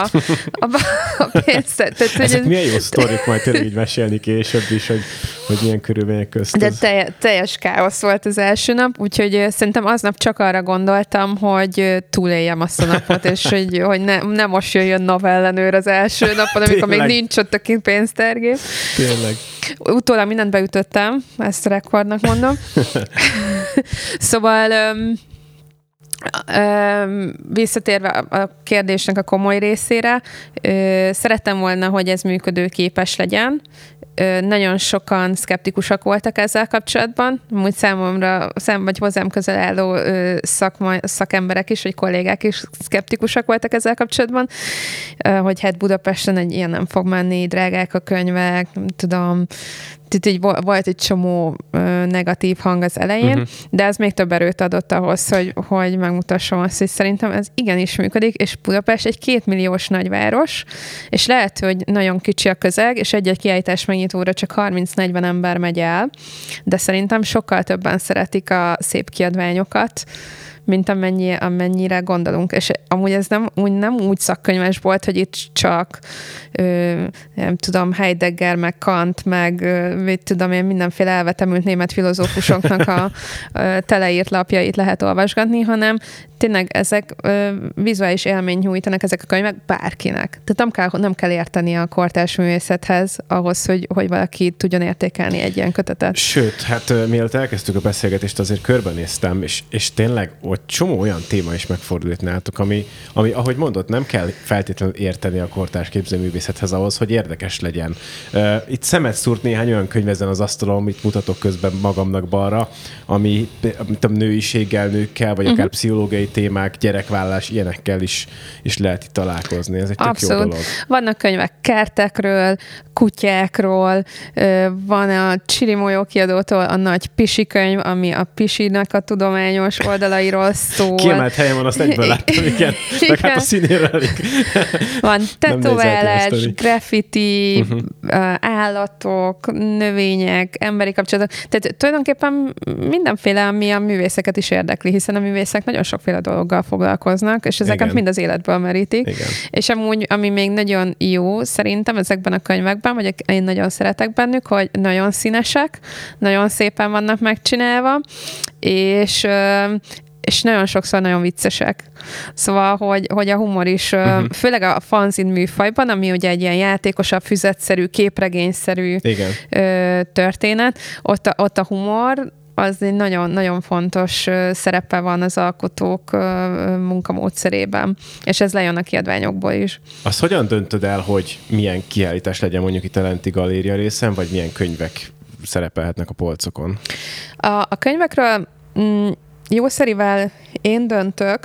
a pénztárgép. Ezek milyen jó sztorik, majd tényleg így mesélni később is, hogy milyen körülmények közt. De teljes káosz volt az első nap, úgyhogy szerintem aznap csak arra gondoltam, hogy túléljem azt a napot, és hogy ne most jöjjön NAV ellenőr az első napon, amikor még nincs ott a pénztárgép. Tényleg. Utólag mindent beütöttem, ezt a rekordnak mondom. Szóval visszatérve a kérdésnek a komoly részére, szerettem volna, hogy ez működőképes legyen. Nagyon sokan szkeptikusak voltak ezzel kapcsolatban, amúgy számomra, vagy hozzám közel álló szakemberek is, vagy kollégák is szkeptikusak voltak ezzel kapcsolatban, hogy hát Budapesten egy ilyen nem fog menni, drágák a könyvek, nem tudom, így volt egy csomó negatív hang az elején, de ez még több erőt adott ahhoz, hogy megmutassam azt, hogy szerintem ez igenis működik, és Budapest egy 2 milliós nagyváros, és lehet, hogy nagyon kicsi a közeg, és egy-egy kiállítás megnyitóra csak 30-40 ember megy el, de szerintem sokkal többen szeretik a szép kiadványokat, mint amennyire gondolunk. És amúgy ez nem úgy szakkönyves volt, hogy itt csak nem tudom, Heidegger, meg Kant, meg mit tudom én, mindenféle elvetemült német filozófusoknak a teleírt lapjait lehet olvasgatni, hanem tényleg ezek vizuális élményt nyújtanak ezek a könyvek bárkinek. Tehát nem kell érteni a kortárs művészethez ahhoz, hogy valaki tudjon értékelni egy ilyen kötetet. Sőt, hát mielőtt elkezdtük a beszélgetést, azért körbenéztem, és tényleg ott csomó olyan téma is megfordult nálatok, ami, ahogy mondott, nem kell feltétlenül érteni a kortárs képzőművészethez ahhoz, hogy érdekes legyen. Itt szemet szúrt néhány olyan könyv ezen az asztalon, amit mutatok közben magamnak balra, ami nőiséggel, nőkkel, vagy akár pszichológiai témák, gyerekvállás, ilyenekkel is lehet itt találkozni. Ez egy tök jó dolog. Vannak könyvek kertekről, kutyákról, van a Csirimolyó kiadótól a nagy Pisi könyv, ami a Pisinek a tudományos oldalairól szól. Kiemelt helyen van, azt egyből láttam, igen. Meg hát a színére elég. Van tetoválás, graffiti, állatok, növények, emberi kapcsolatok. Tehát tulajdonképpen mindenféle, ami a művészeket is érdekli, hiszen a művészek nagyon sokféle dologgal foglalkoznak, és ezeket mind az életből merítik. Igen. És amúgy, ami még nagyon jó szerintem ezekben a könyvekben, vagy én nagyon szeretek bennük, hogy nagyon színesek, nagyon szépen vannak megcsinálva, és nagyon sokszor nagyon viccesek. Szóval, hogy a humor is, főleg a fanzin műfajban, ami ugye egy ilyen játékosabb, füzetszerű, képregényszerű történet, ott a humor az egy nagyon-nagyon fontos szerepe van az alkotók munkamódszerében, és ez lejön a kiadványokból is. Azt hogyan döntöd el, hogy milyen kiállítás legyen mondjuk itt a Lenti Galéria részen, vagy milyen könyvek szerepelhetnek a polcokon? A könyvekről jószerivel én döntök,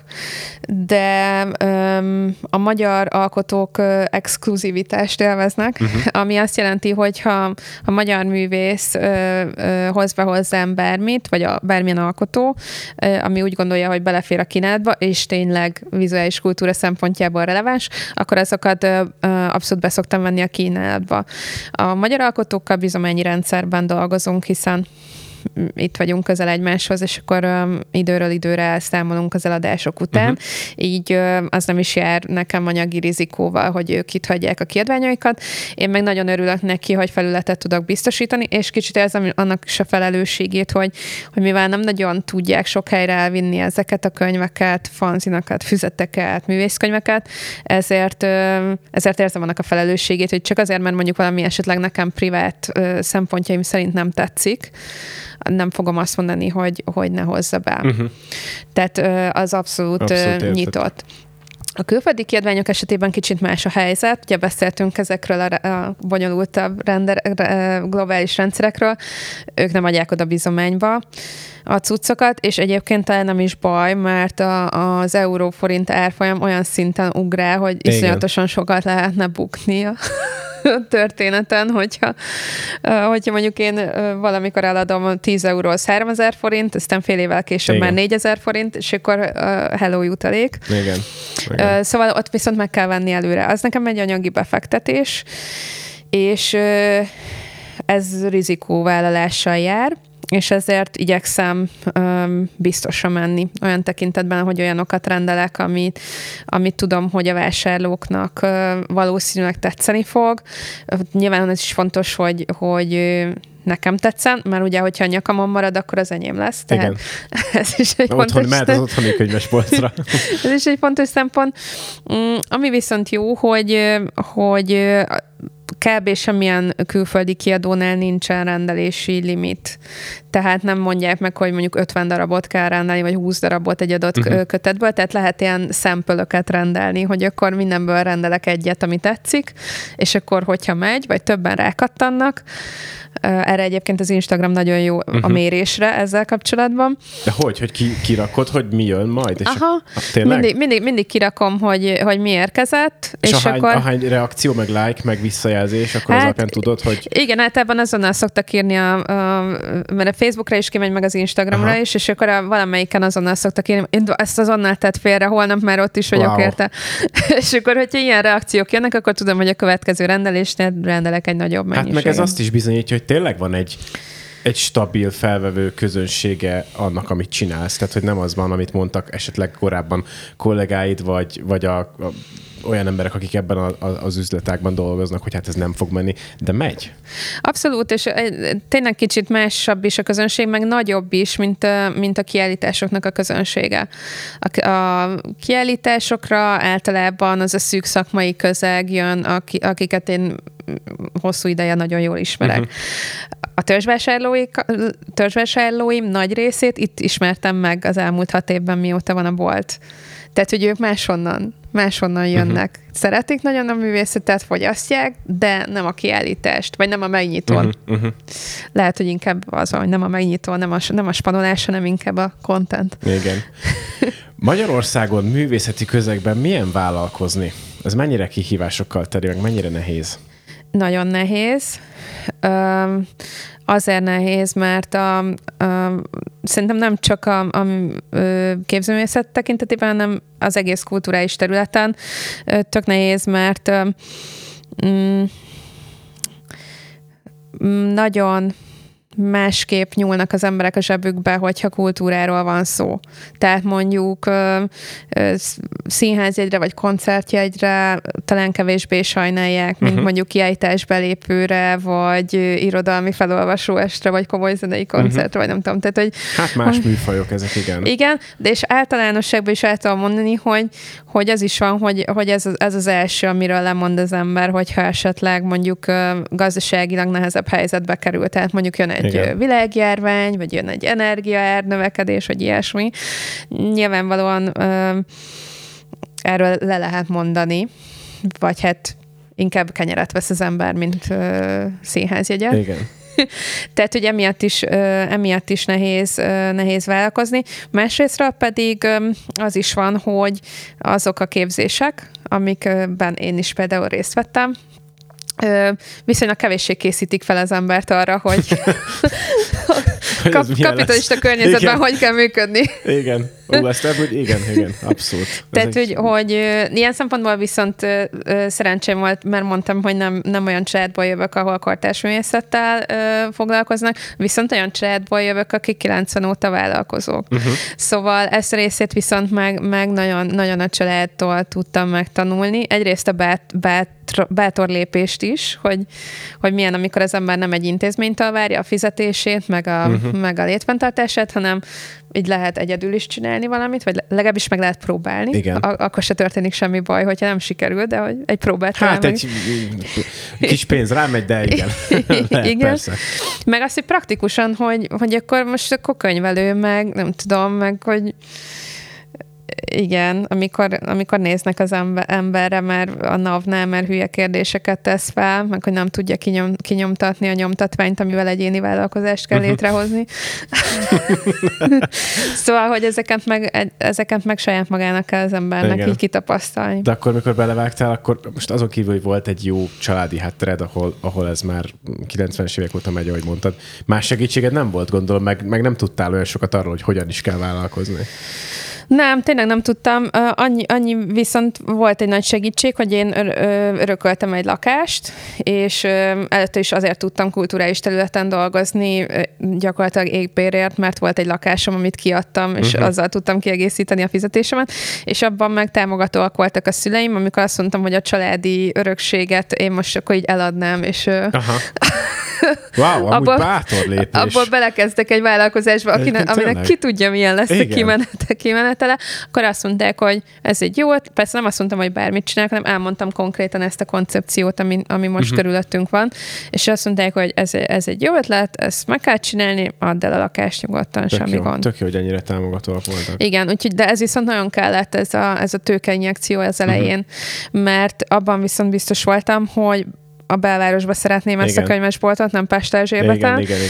de a magyar alkotók exkluzivitást élveznek, ami azt jelenti, hogy ha a magyar művész hoz be hozzám bármit, vagy bármilyen alkotó, ami úgy gondolja, hogy belefér a kínálatba, és tényleg vizuális kultúra szempontjából releváns, akkor azokat abszolút beszoktam venni a kínálatba. A magyar alkotókkal bizományi rendszerben dolgozunk, hiszen itt vagyunk közel egymáshoz, és akkor időről időre elszámolunk az eladások után. Így az nem is jár nekem anyagi rizikóval, hogy ők itt hagyják a kiadványaikat. Én meg nagyon örülök neki, hogy felületet tudok biztosítani, és kicsit érzem annak is a felelősségét, hogy mivel nem nagyon tudják sok helyre elvinni ezeket a könyveket, fanzinokat, füzeteket, művészkönyveket, ezért érzem annak a felelősségét, hogy csak azért, mert mondjuk valami esetleg nekem privát szempontjaim szerint nem tetszik, nem fogom azt mondani, hogy ne hozza be. Tehát az abszolút nyitott. A külföldi kiadványok esetében kicsit más a helyzet. Ugye beszéltünk ezekről a bonyolultabb globális rendszerekről. Ők nem adják oda bizományba a cuccokat, és egyébként talán nem is baj, mert az euró-forint árfolyam olyan szinten ugrál, hogy iszonyatosan sokat lehetne bukni a történeten, hogyha mondjuk én valamikor eladom 10 euróról 3000 forint, aztán fél évvel később már 4000 forint, és akkor hello jutalék. Igen. Szóval ott viszont meg kell venni előre. Az nekem egy anyagi befektetés, és ez rizikóvállalással jár, és ezért igyekszem biztosra menni olyan tekintetben, hogy olyanokat rendelek, amit tudom, hogy a vásárlóknak valószínűleg tetszeni fog. Nyilván ez is fontos, hogy nekem tetszen, mert ugye, hogyha a nyakamon marad, akkor az enyém lesz. Tehát ez is egy fontos mert az otthoni könyvespolcra. Ez is egy fontos szempont. Ami viszont jó, hogy kb. Semmilyen külföldi kiadónál nincsen rendelési limit. Tehát nem mondják meg, hogy mondjuk 50 darabot kell rendelni, vagy 20 darabot egy adott kötetből, tehát lehet ilyen szempölöket rendelni, hogy akkor mindenből rendelek egyet, ami tetszik, és akkor, hogyha megy, vagy többen rákattannak, erre egyébként az Instagram nagyon jó a mérésre ezzel kapcsolatban. De hogy kirakod, hogy mi jön majd? És aha, mindig kirakom, hogy mi érkezett. És ahány reakció, meg like, meg visszajelzés, akkor az alapján tudod, hogy... Igen, hát ebben azonnal szoktak írni, mert a Facebookra is kimegy, meg az Instagramra is, és akkor valamelyiken azonnal szoktak írni, ezt azonnal tett félre, holnap már ott is vagyok érte. És akkor, hogyha ilyen reakciók jönnek, akkor tudom, hogy a következő rendelésnél rendelek egy nagyobb mennyiséget. Hát meg ez azt is bizonyítja, hogy tényleg van egy stabil felvevő közönsége annak, amit csinálsz. Tehát, hogy nem az van, amit mondtak esetleg korábban kollégáid, vagy olyan emberek, akik ebben az üzletágban dolgoznak, hogy hát ez nem fog menni, de megy. Abszolút, és tényleg kicsit másabb is a közönség, meg nagyobb is, mint a kiállításoknak a közönsége. A kiállításokra általában az a szűk szakmai közeg jön, akiket én hosszú ideje nagyon jól ismerek. A törzsvásárlóim nagy részét itt ismertem meg az elmúlt 6 évben, mióta van a bolt. Tehát, hogy ők máshonnan jönnek. Szeretik nagyon a művészetet, fogyasztják, de nem a kiállítást, vagy nem a megnyitón. Lehet, hogy inkább az, hogy nem a megnyitó, nem a spanolás, hanem inkább a content. Igen. Magyarországon művészeti közegben milyen vállalkozni? Ez mennyire kihívásokkal teli, meg mennyire nehéz? Nagyon nehéz. Azért nehéz, mert szerintem nem csak a képzőművészet tekintetében, hanem az egész kulturális területen tök nehéz, mert nagyon másképp nyúlnak az emberek a zsebükbe, hogyha kultúráról van szó. Tehát mondjuk színházjegyre vagy koncertjegyre talán kevésbé sajnálják, mint mondjuk kiállításbelépőre, vagy irodalmi felolvasóestre, vagy komoly zenei koncertre, vagy nem tudom. Tehát, hogy, hát más műfajok ezek, igen. Igen, de és általánosságban is el tudom mondani, hogy az is van, hogy ez az első, amiről lemond az ember, hogyha esetleg mondjuk gazdaságilag nehezebb helyzetbe kerül. Tehát mondjuk jön egy világjárvány, vagy jön egy energiaár növekedés, vagy ilyesmi. Nyilvánvalóan erről le lehet mondani, vagy hát inkább kenyeret vesz az ember, mint színházjegyet. Igen. Tehát, hogy emiatt is nehéz vállalkozni. Másrésztről pedig az is van, hogy azok a képzések, amikben én is például részt vettem, viszonylag kevéssé készítik fel az embert arra, hogy kapitalista környezetben igen. Hogy kell működni. Igen. Igen, abszolút. Tehát, hogy ilyen szempontból viszont szerencsém volt, mert mondtam, hogy nem olyan családból jövök, ahol kortárs művészettel foglalkoznak, viszont olyan családból jövök, akik 90 óta vállalkozók. Szóval ezt a részét viszont meg nagyon, nagyon a családtól tudtam megtanulni. Egyrészt a bátor lépést is, hogy milyen, amikor az ember nem egy intézménytől várja a fizetését, meg a létfenntartását, hanem így lehet egyedül is csinálni valamit, vagy legalábbis meg lehet próbálni. Igen. Akkor se történik semmi baj, hogyha nem sikerül, de hogy egy próbát hát egy kis pénz rámegy, de igen. Lehet, igen. Persze. Meg azt, hogy praktikusan, hogy akkor most könyvelő, meg nem tudom, meg hogy igen, amikor néznek az emberre, mert a NAV-nál már hülye kérdéseket tesz fel, meg hogy nem tudja kinyomtatni a nyomtatványt, amivel egyéni vállalkozást kell létrehozni. Szóval, hogy ezeket meg saját magának kell az embernek így kitapasztalni. De akkor, mikor belevágtál, akkor most azon kívül, hogy volt egy jó családi háttered, ahol ez már 90-es évek óta megy, ahogy mondtad. Más segítséged nem volt, gondolom, meg nem tudtál olyan sokat arról, hogy hogyan is kell vállalkozni. Nem, tényleg nem tudtam. Annyi viszont volt egy nagy segítség, hogy én örököltem egy lakást, és előtte is azért tudtam kulturális területen dolgozni, gyakorlatilag égbérért, mert volt egy lakásom, amit kiadtam, és azzal tudtam kiegészíteni a fizetésemet, és abban meg támogatóak voltak a szüleim, amikor azt mondtam, hogy a családi örökséget én most akkor így eladnám, és Wow, amúgy bátor lépés. Abból belekezdtek egy vállalkozásba, aminek ki tudja, milyen lesz a kimenetele. Akkor azt mondták, hogy ez egy jó, persze nem azt mondtam, hogy bármit csinálok, hanem elmondtam konkrétan ezt a koncepciót, ami most körülöttünk van, és azt mondták, hogy ez egy jó ötlet, ezt meg kell csinálni, add el a lakást nyugodtan, semmi gond. Tök jó, hogy ennyire támogatóak voltak. Igen, úgyhogy, de ez viszont nagyon kellett, ez a tőkeinjekció az elején, mert abban viszont biztos voltam, hogy a belvárosba szeretném ezt a könyvesboltot, nem Pest-Erzsébeten. Igen.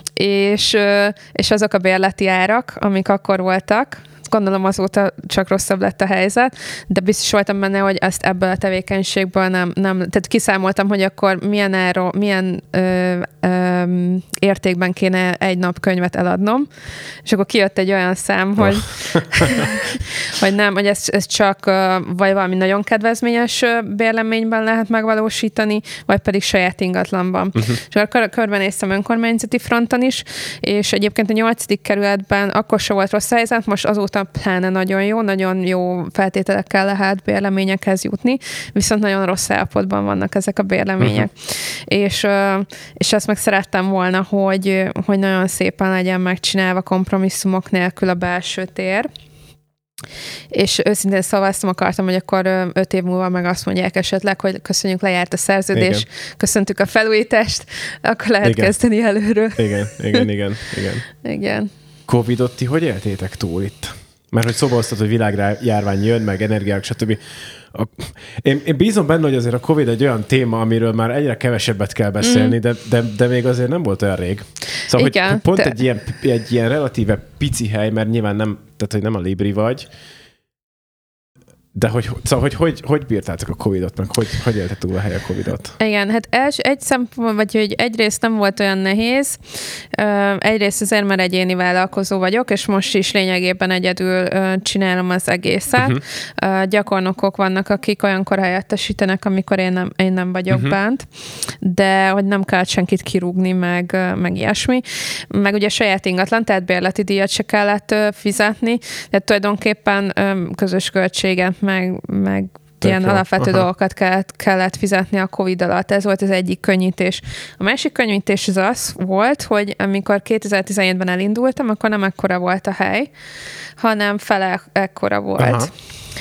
És azok a bérleti árak, amik akkor voltak, gondolom azóta csak rosszabb lett a helyzet, de biztos voltam benne, hogy ezt ebből a tevékenységből nem tehát kiszámoltam, hogy akkor milyen értékben kéne egy nap könyvet eladnom, és akkor kijött egy olyan szám, hogy hogy nem, hogy ez csak vagy valami nagyon kedvezményes bérleményben lehet megvalósítani, vagy pedig saját ingatlanban. És akkor körbenéztem önkormányzati fronton is, és egyébként a 8. kerületben akkor se volt rossz helyzet, most azóta pláne nagyon jó feltételekkel lehet bérleményekhez jutni, viszont nagyon rossz állapotban vannak ezek a bérlemények. És azt meg szerettem volna, hogy nagyon szépen legyen megcsinálva kompromisszumok nélkül a belső tér. És őszintén szóval azt akartam, hogy akkor 5 év múlva meg azt mondják esetleg, hogy köszönjük, lejárt a szerződés, köszöntük a felújítást, akkor lehet kezdeni előről. Igen. Covidot ti hogy éltétek túl itt? Mert hogy szóba hoztad, hogy világjárvány jön, meg energiák, stb. Én bízom benne, hogy azért a Covid egy olyan téma, amiről már egyre kevesebbet kell beszélni, de még azért nem volt olyan rég. Szóval hogy pont egy ilyen relatíve pici hely, mert nyilván nem, tehát hogy nem a Libri vagy, de hogy bírtátok a Covidot, meg hogy élte túl a hely a Covidot? Igen, hát egy szempont, vagy hogy egyrészt nem volt olyan nehéz, egyrészt azért, mert egyéni vállalkozó vagyok, és most is lényegében egyedül csinálom az egészet. Gyakornokok vannak, akik olyankor helyettesítenek, amikor én nem vagyok bent, de hogy nem kell senkit kirúgni, meg ilyesmi. Meg ugye saját ingatlan, tehát bérleti díjat se kellett fizetni, de tulajdonképpen közös költséget, meg ilyen alapvető dolgokat kellett fizetni a Covid alatt. Ez volt az egyik könnyítés. A másik könnyítés az volt, hogy amikor 2017-ben elindultam, akkor nem ekkora volt a hely, hanem fele ekkora volt.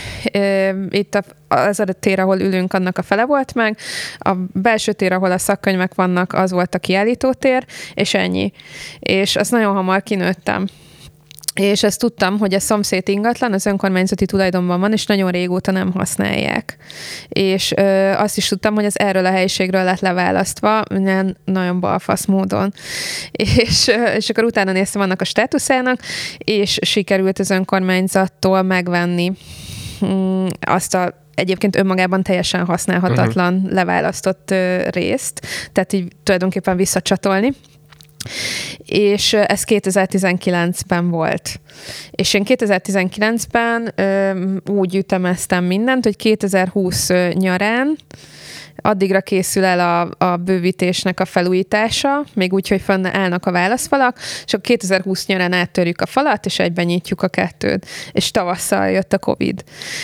Itt az a tér, ahol ülünk, annak a fele volt meg. A belső tér, ahol a szakkönyvek vannak, az volt a kiállítótér, és ennyi. És azt nagyon hamar kinőttem. És ezt tudtam, hogy a szomszéd ingatlan az önkormányzati tulajdonban van, és nagyon régóta nem használják. És azt is tudtam, hogy ez erről a helyiségről lett leválasztva, nagyon balfasz módon. És akkor utána néztem annak a státuszának, és sikerült az önkormányzattól megvenni azt a egyébként önmagában teljesen használhatatlan leválasztott részt, tehát így tulajdonképpen visszacsatolni. És ez 2019-ben volt. És én 2019-ben úgy ütemeztem mindent, hogy 2020 nyarán addigra készül el a bővítésnek a felújítása, még úgy, hogy fönn állnak a válaszfalak, és akkor 2020 nyarán áttörjük a falat, és egyben nyitjuk a kettőt. És tavasszal jött a Covid.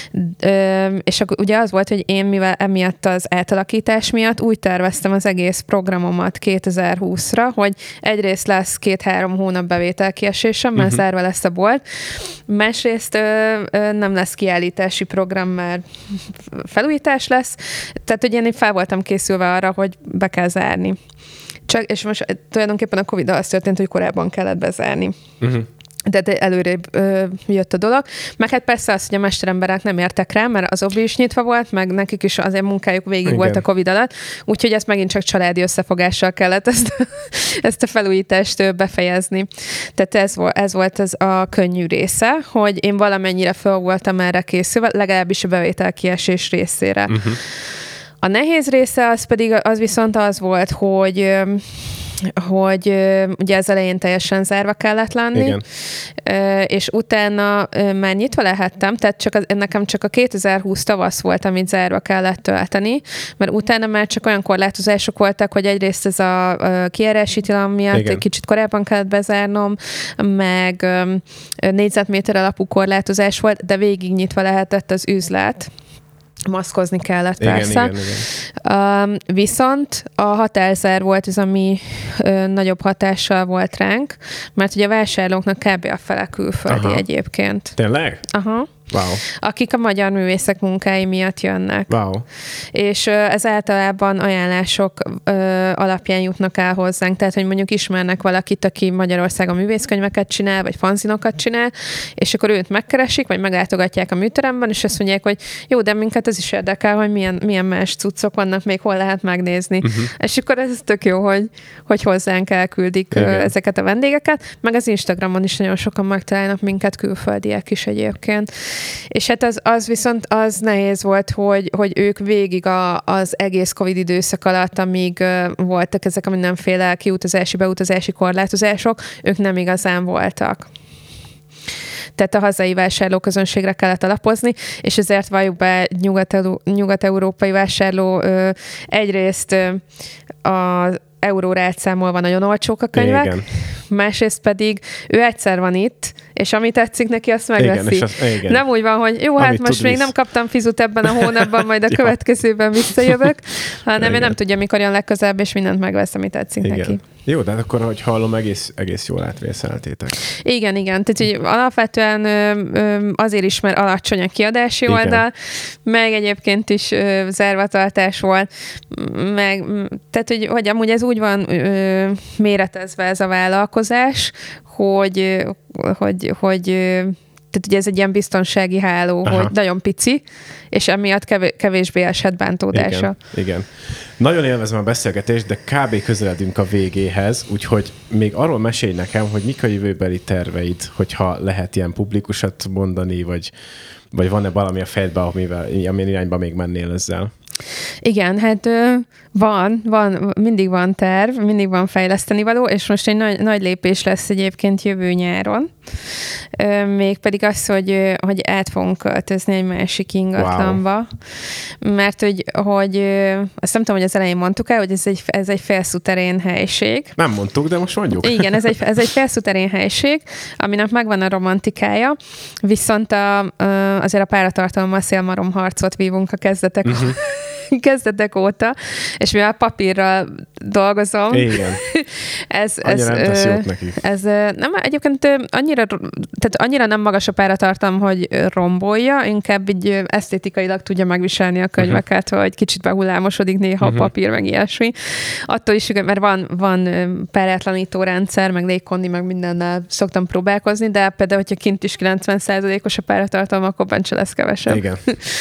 És akkor ugye az volt, hogy én mivel emiatt az átalakítás miatt úgy terveztem az egész programomat 2020-ra, hogy egyrészt lesz 2-3 hónap bevételkiesésem, mert zárva lesz a bolt, másrészt nem lesz kiállítási program, mert felújítás lesz. Tehát, hogy én fel voltam készülve arra, hogy be kell zárni. És most tulajdonképpen a Covid az történt, hogy korábban kellett bezárni. De előrébb jött a dolog. Meg hát persze az, hogy a mesteremberek nem értek rá, mert az obi is nyitva volt, meg nekik is azért munkájuk végig volt a Covid alatt, úgyhogy ezt megint csak családi összefogással kellett ezt a felújítást befejezni. Tehát ez volt az a könnyű része, hogy én valamennyire fel voltam erre készülve, legalábbis a bevételkiesés részére. A nehéz része az viszont az volt, hogy ugye az elején teljesen zárva kellett lenni, és utána már nyitva lehettem, tehát nekem csak a 2020 tavasz volt, amit zárva kellett tölteni, mert utána már csak olyan korlátozások voltak, hogy egyrészt ez a kijárási tilalom miatt egy kicsit korábban kellett bezárnom, meg négyzetméter alapú korlátozás volt, de végig nyitva lehetett az üzlet. maszkozni kellett persze. Igen. Viszont a határozár volt az, ami nagyobb hatással volt ránk, mert ugye a vásárlóknak kb. A fele külföldi egyébként. Tényleg? Aha. Wow. Akik a magyar művészek munkái miatt jönnek. Wow. És ez általában ajánlások alapján jutnak el hozzánk, tehát, hogy mondjuk ismernek valakit, aki Magyarországon művészkönyveket csinál, vagy fanzinokat csinál, és akkor őt megkeresik, vagy meglátogatják a műteremben, és azt mondják, hogy jó, de minket az is érdekel, hogy milyen más cuccok vannak, még hol lehet megnézni. És akkor ez tök jó, hogy hozzánk elküldik ezeket a vendégeket, meg az Instagramon is nagyon sokan megtalálnak minket, külföldiek is egyébként. És hát az viszont az nehéz volt, hogy ők végig az egész Covid időszak alatt, amíg voltak ezek a mindenféle kiutazási, beutazási korlátozások, ők nem igazán voltak. Tehát a hazai vásárlóközönségre kellett alapozni, és ezért valljuk be nyugat-európai vásárló egyrészt az euróra átszámolva nagyon olcsók a könyvek, igen. Másrészt pedig ő egyszer van itt, és ami tetszik neki, azt megveszi. Igen, nem úgy van, hogy jó, hát most még nem kaptam fizut ebben a hónapban, majd a következőben visszajövök, hanem ő nem tudja, mikor jön legközelebb, és mindent megvesz, ami tetszik neki. Jó, de akkor, hogy hallom, egész jól átvészeltétek. Igen. Tehát, hogy alapvetően azért is, mert alacsony a kiadási oldal, meg egyébként is zárvatartás volt, meg, tehát, hogy amúgy ez úgy van méretezve ez a vállalkozás, hogy tehát ugye ez egy ilyen biztonsági háló, hogy nagyon pici, és emiatt kevésbé esett bántódása. Igen. Nagyon élvezem a beszélgetést, de kb. Közeledünk a végéhez, úgyhogy még arról mesélj nekem, hogy mik a jövőbeli terveid, hogyha lehet ilyen publikusat mondani, vagy van-e valami a fejedben, amilyen irányba még mennél ezzel? Igen, hát mindig van terv, mindig van fejleszteni való, és most egy nagy lépés lesz egyébként jövő nyáron. Mégpedig az, hogy át fogunk költözni egy másik ingatlanba. Wow. Mert hogy azt nem tudom, hogy az elején mondtuk el, hogy ez egy felszuterén helység. Nem mondtuk, de most mondjuk. Igen, ez egy felszuterén helység, aminek megvan a romantikája, viszont azért a páratartalommal szélmarom harcot vívunk a kezdetek óta, és mivel papírral dolgozom. Igen. Annyira nem tesz jót neki. Ez nem, egyébként annyira nem magas a páratartalom, hogy rombolja, inkább így esztétikailag tudja megviselni a könyveket, hogy kicsit behullámosodik néha a papír, meg ilyesmi. Attól is, mert van párátlanító rendszer, meg légkondi, meg mindennel szoktam próbálkozni, de például, hogyha kint is 90%-os a páratartalom, akkor bent se lesz kevesebb. Igen.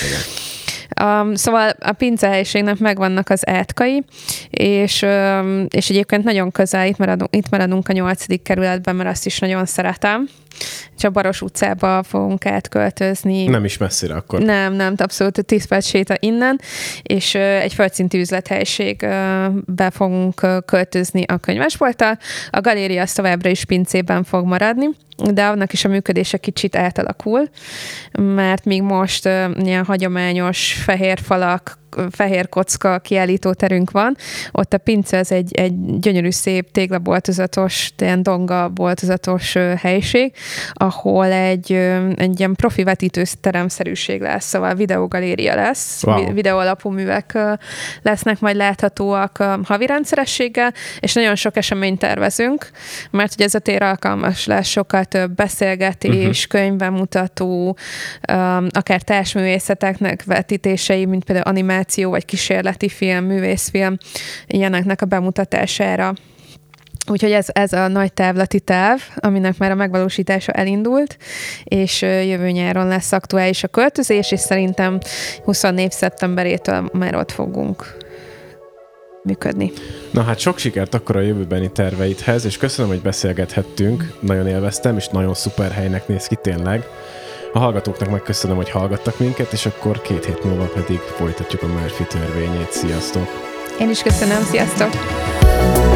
Szóval a pincehelyiségnek megvannak az átkai, és egyébként nagyon közel, itt maradunk a 8. kerületben, mert azt is nagyon szeretem. És a Baros utcába fogunk átköltözni. Nem is messzire akkor. Nem, abszolút 10 perc séta innen, és egy földszintű üzlethelyiségbe fogunk költözni a könyvesbolttal. A galéria az továbbra is pincében fog maradni, de annak is a működése kicsit átalakul, mert még most ilyen hagyományos fehér falak, fehér kocka kiállítóterünk van. Ott a pince az egy gyönyörű, szép téglaboltozatos, ilyen donga boltozatos helység, ahol egy ilyen profi vetítőteremszerűség lesz, szóval videogaléria lesz, videóalapú művek lesznek majd láthatóak havi rendszerességgel, és nagyon sok eseményt tervezünk, mert ugye ez a tér alkalmas lesz sokkal több beszélgetés, könyvbemutató, akár társművészeteknek vetítései, mint például animáció, vagy kísérleti film, művészfilm, ilyeneknek a bemutatására. Úgyhogy ez a nagy távlati táv, aminek már a megvalósítása elindult, és jövő nyáron lesz aktuális a költözés, és szerintem 24 szeptemberétől már ott fogunk működni. Na hát sok sikert akkor a jövőbeni terveidhez, és köszönöm, hogy beszélgethettünk, nagyon élveztem, és nagyon szuper helynek néz ki tényleg. A hallgatóknak megköszönöm, hogy hallgattak minket, és akkor 2 hét múlva pedig folytatjuk a Murphy törvényét. Sziasztok! Én is köszönöm, sziasztok!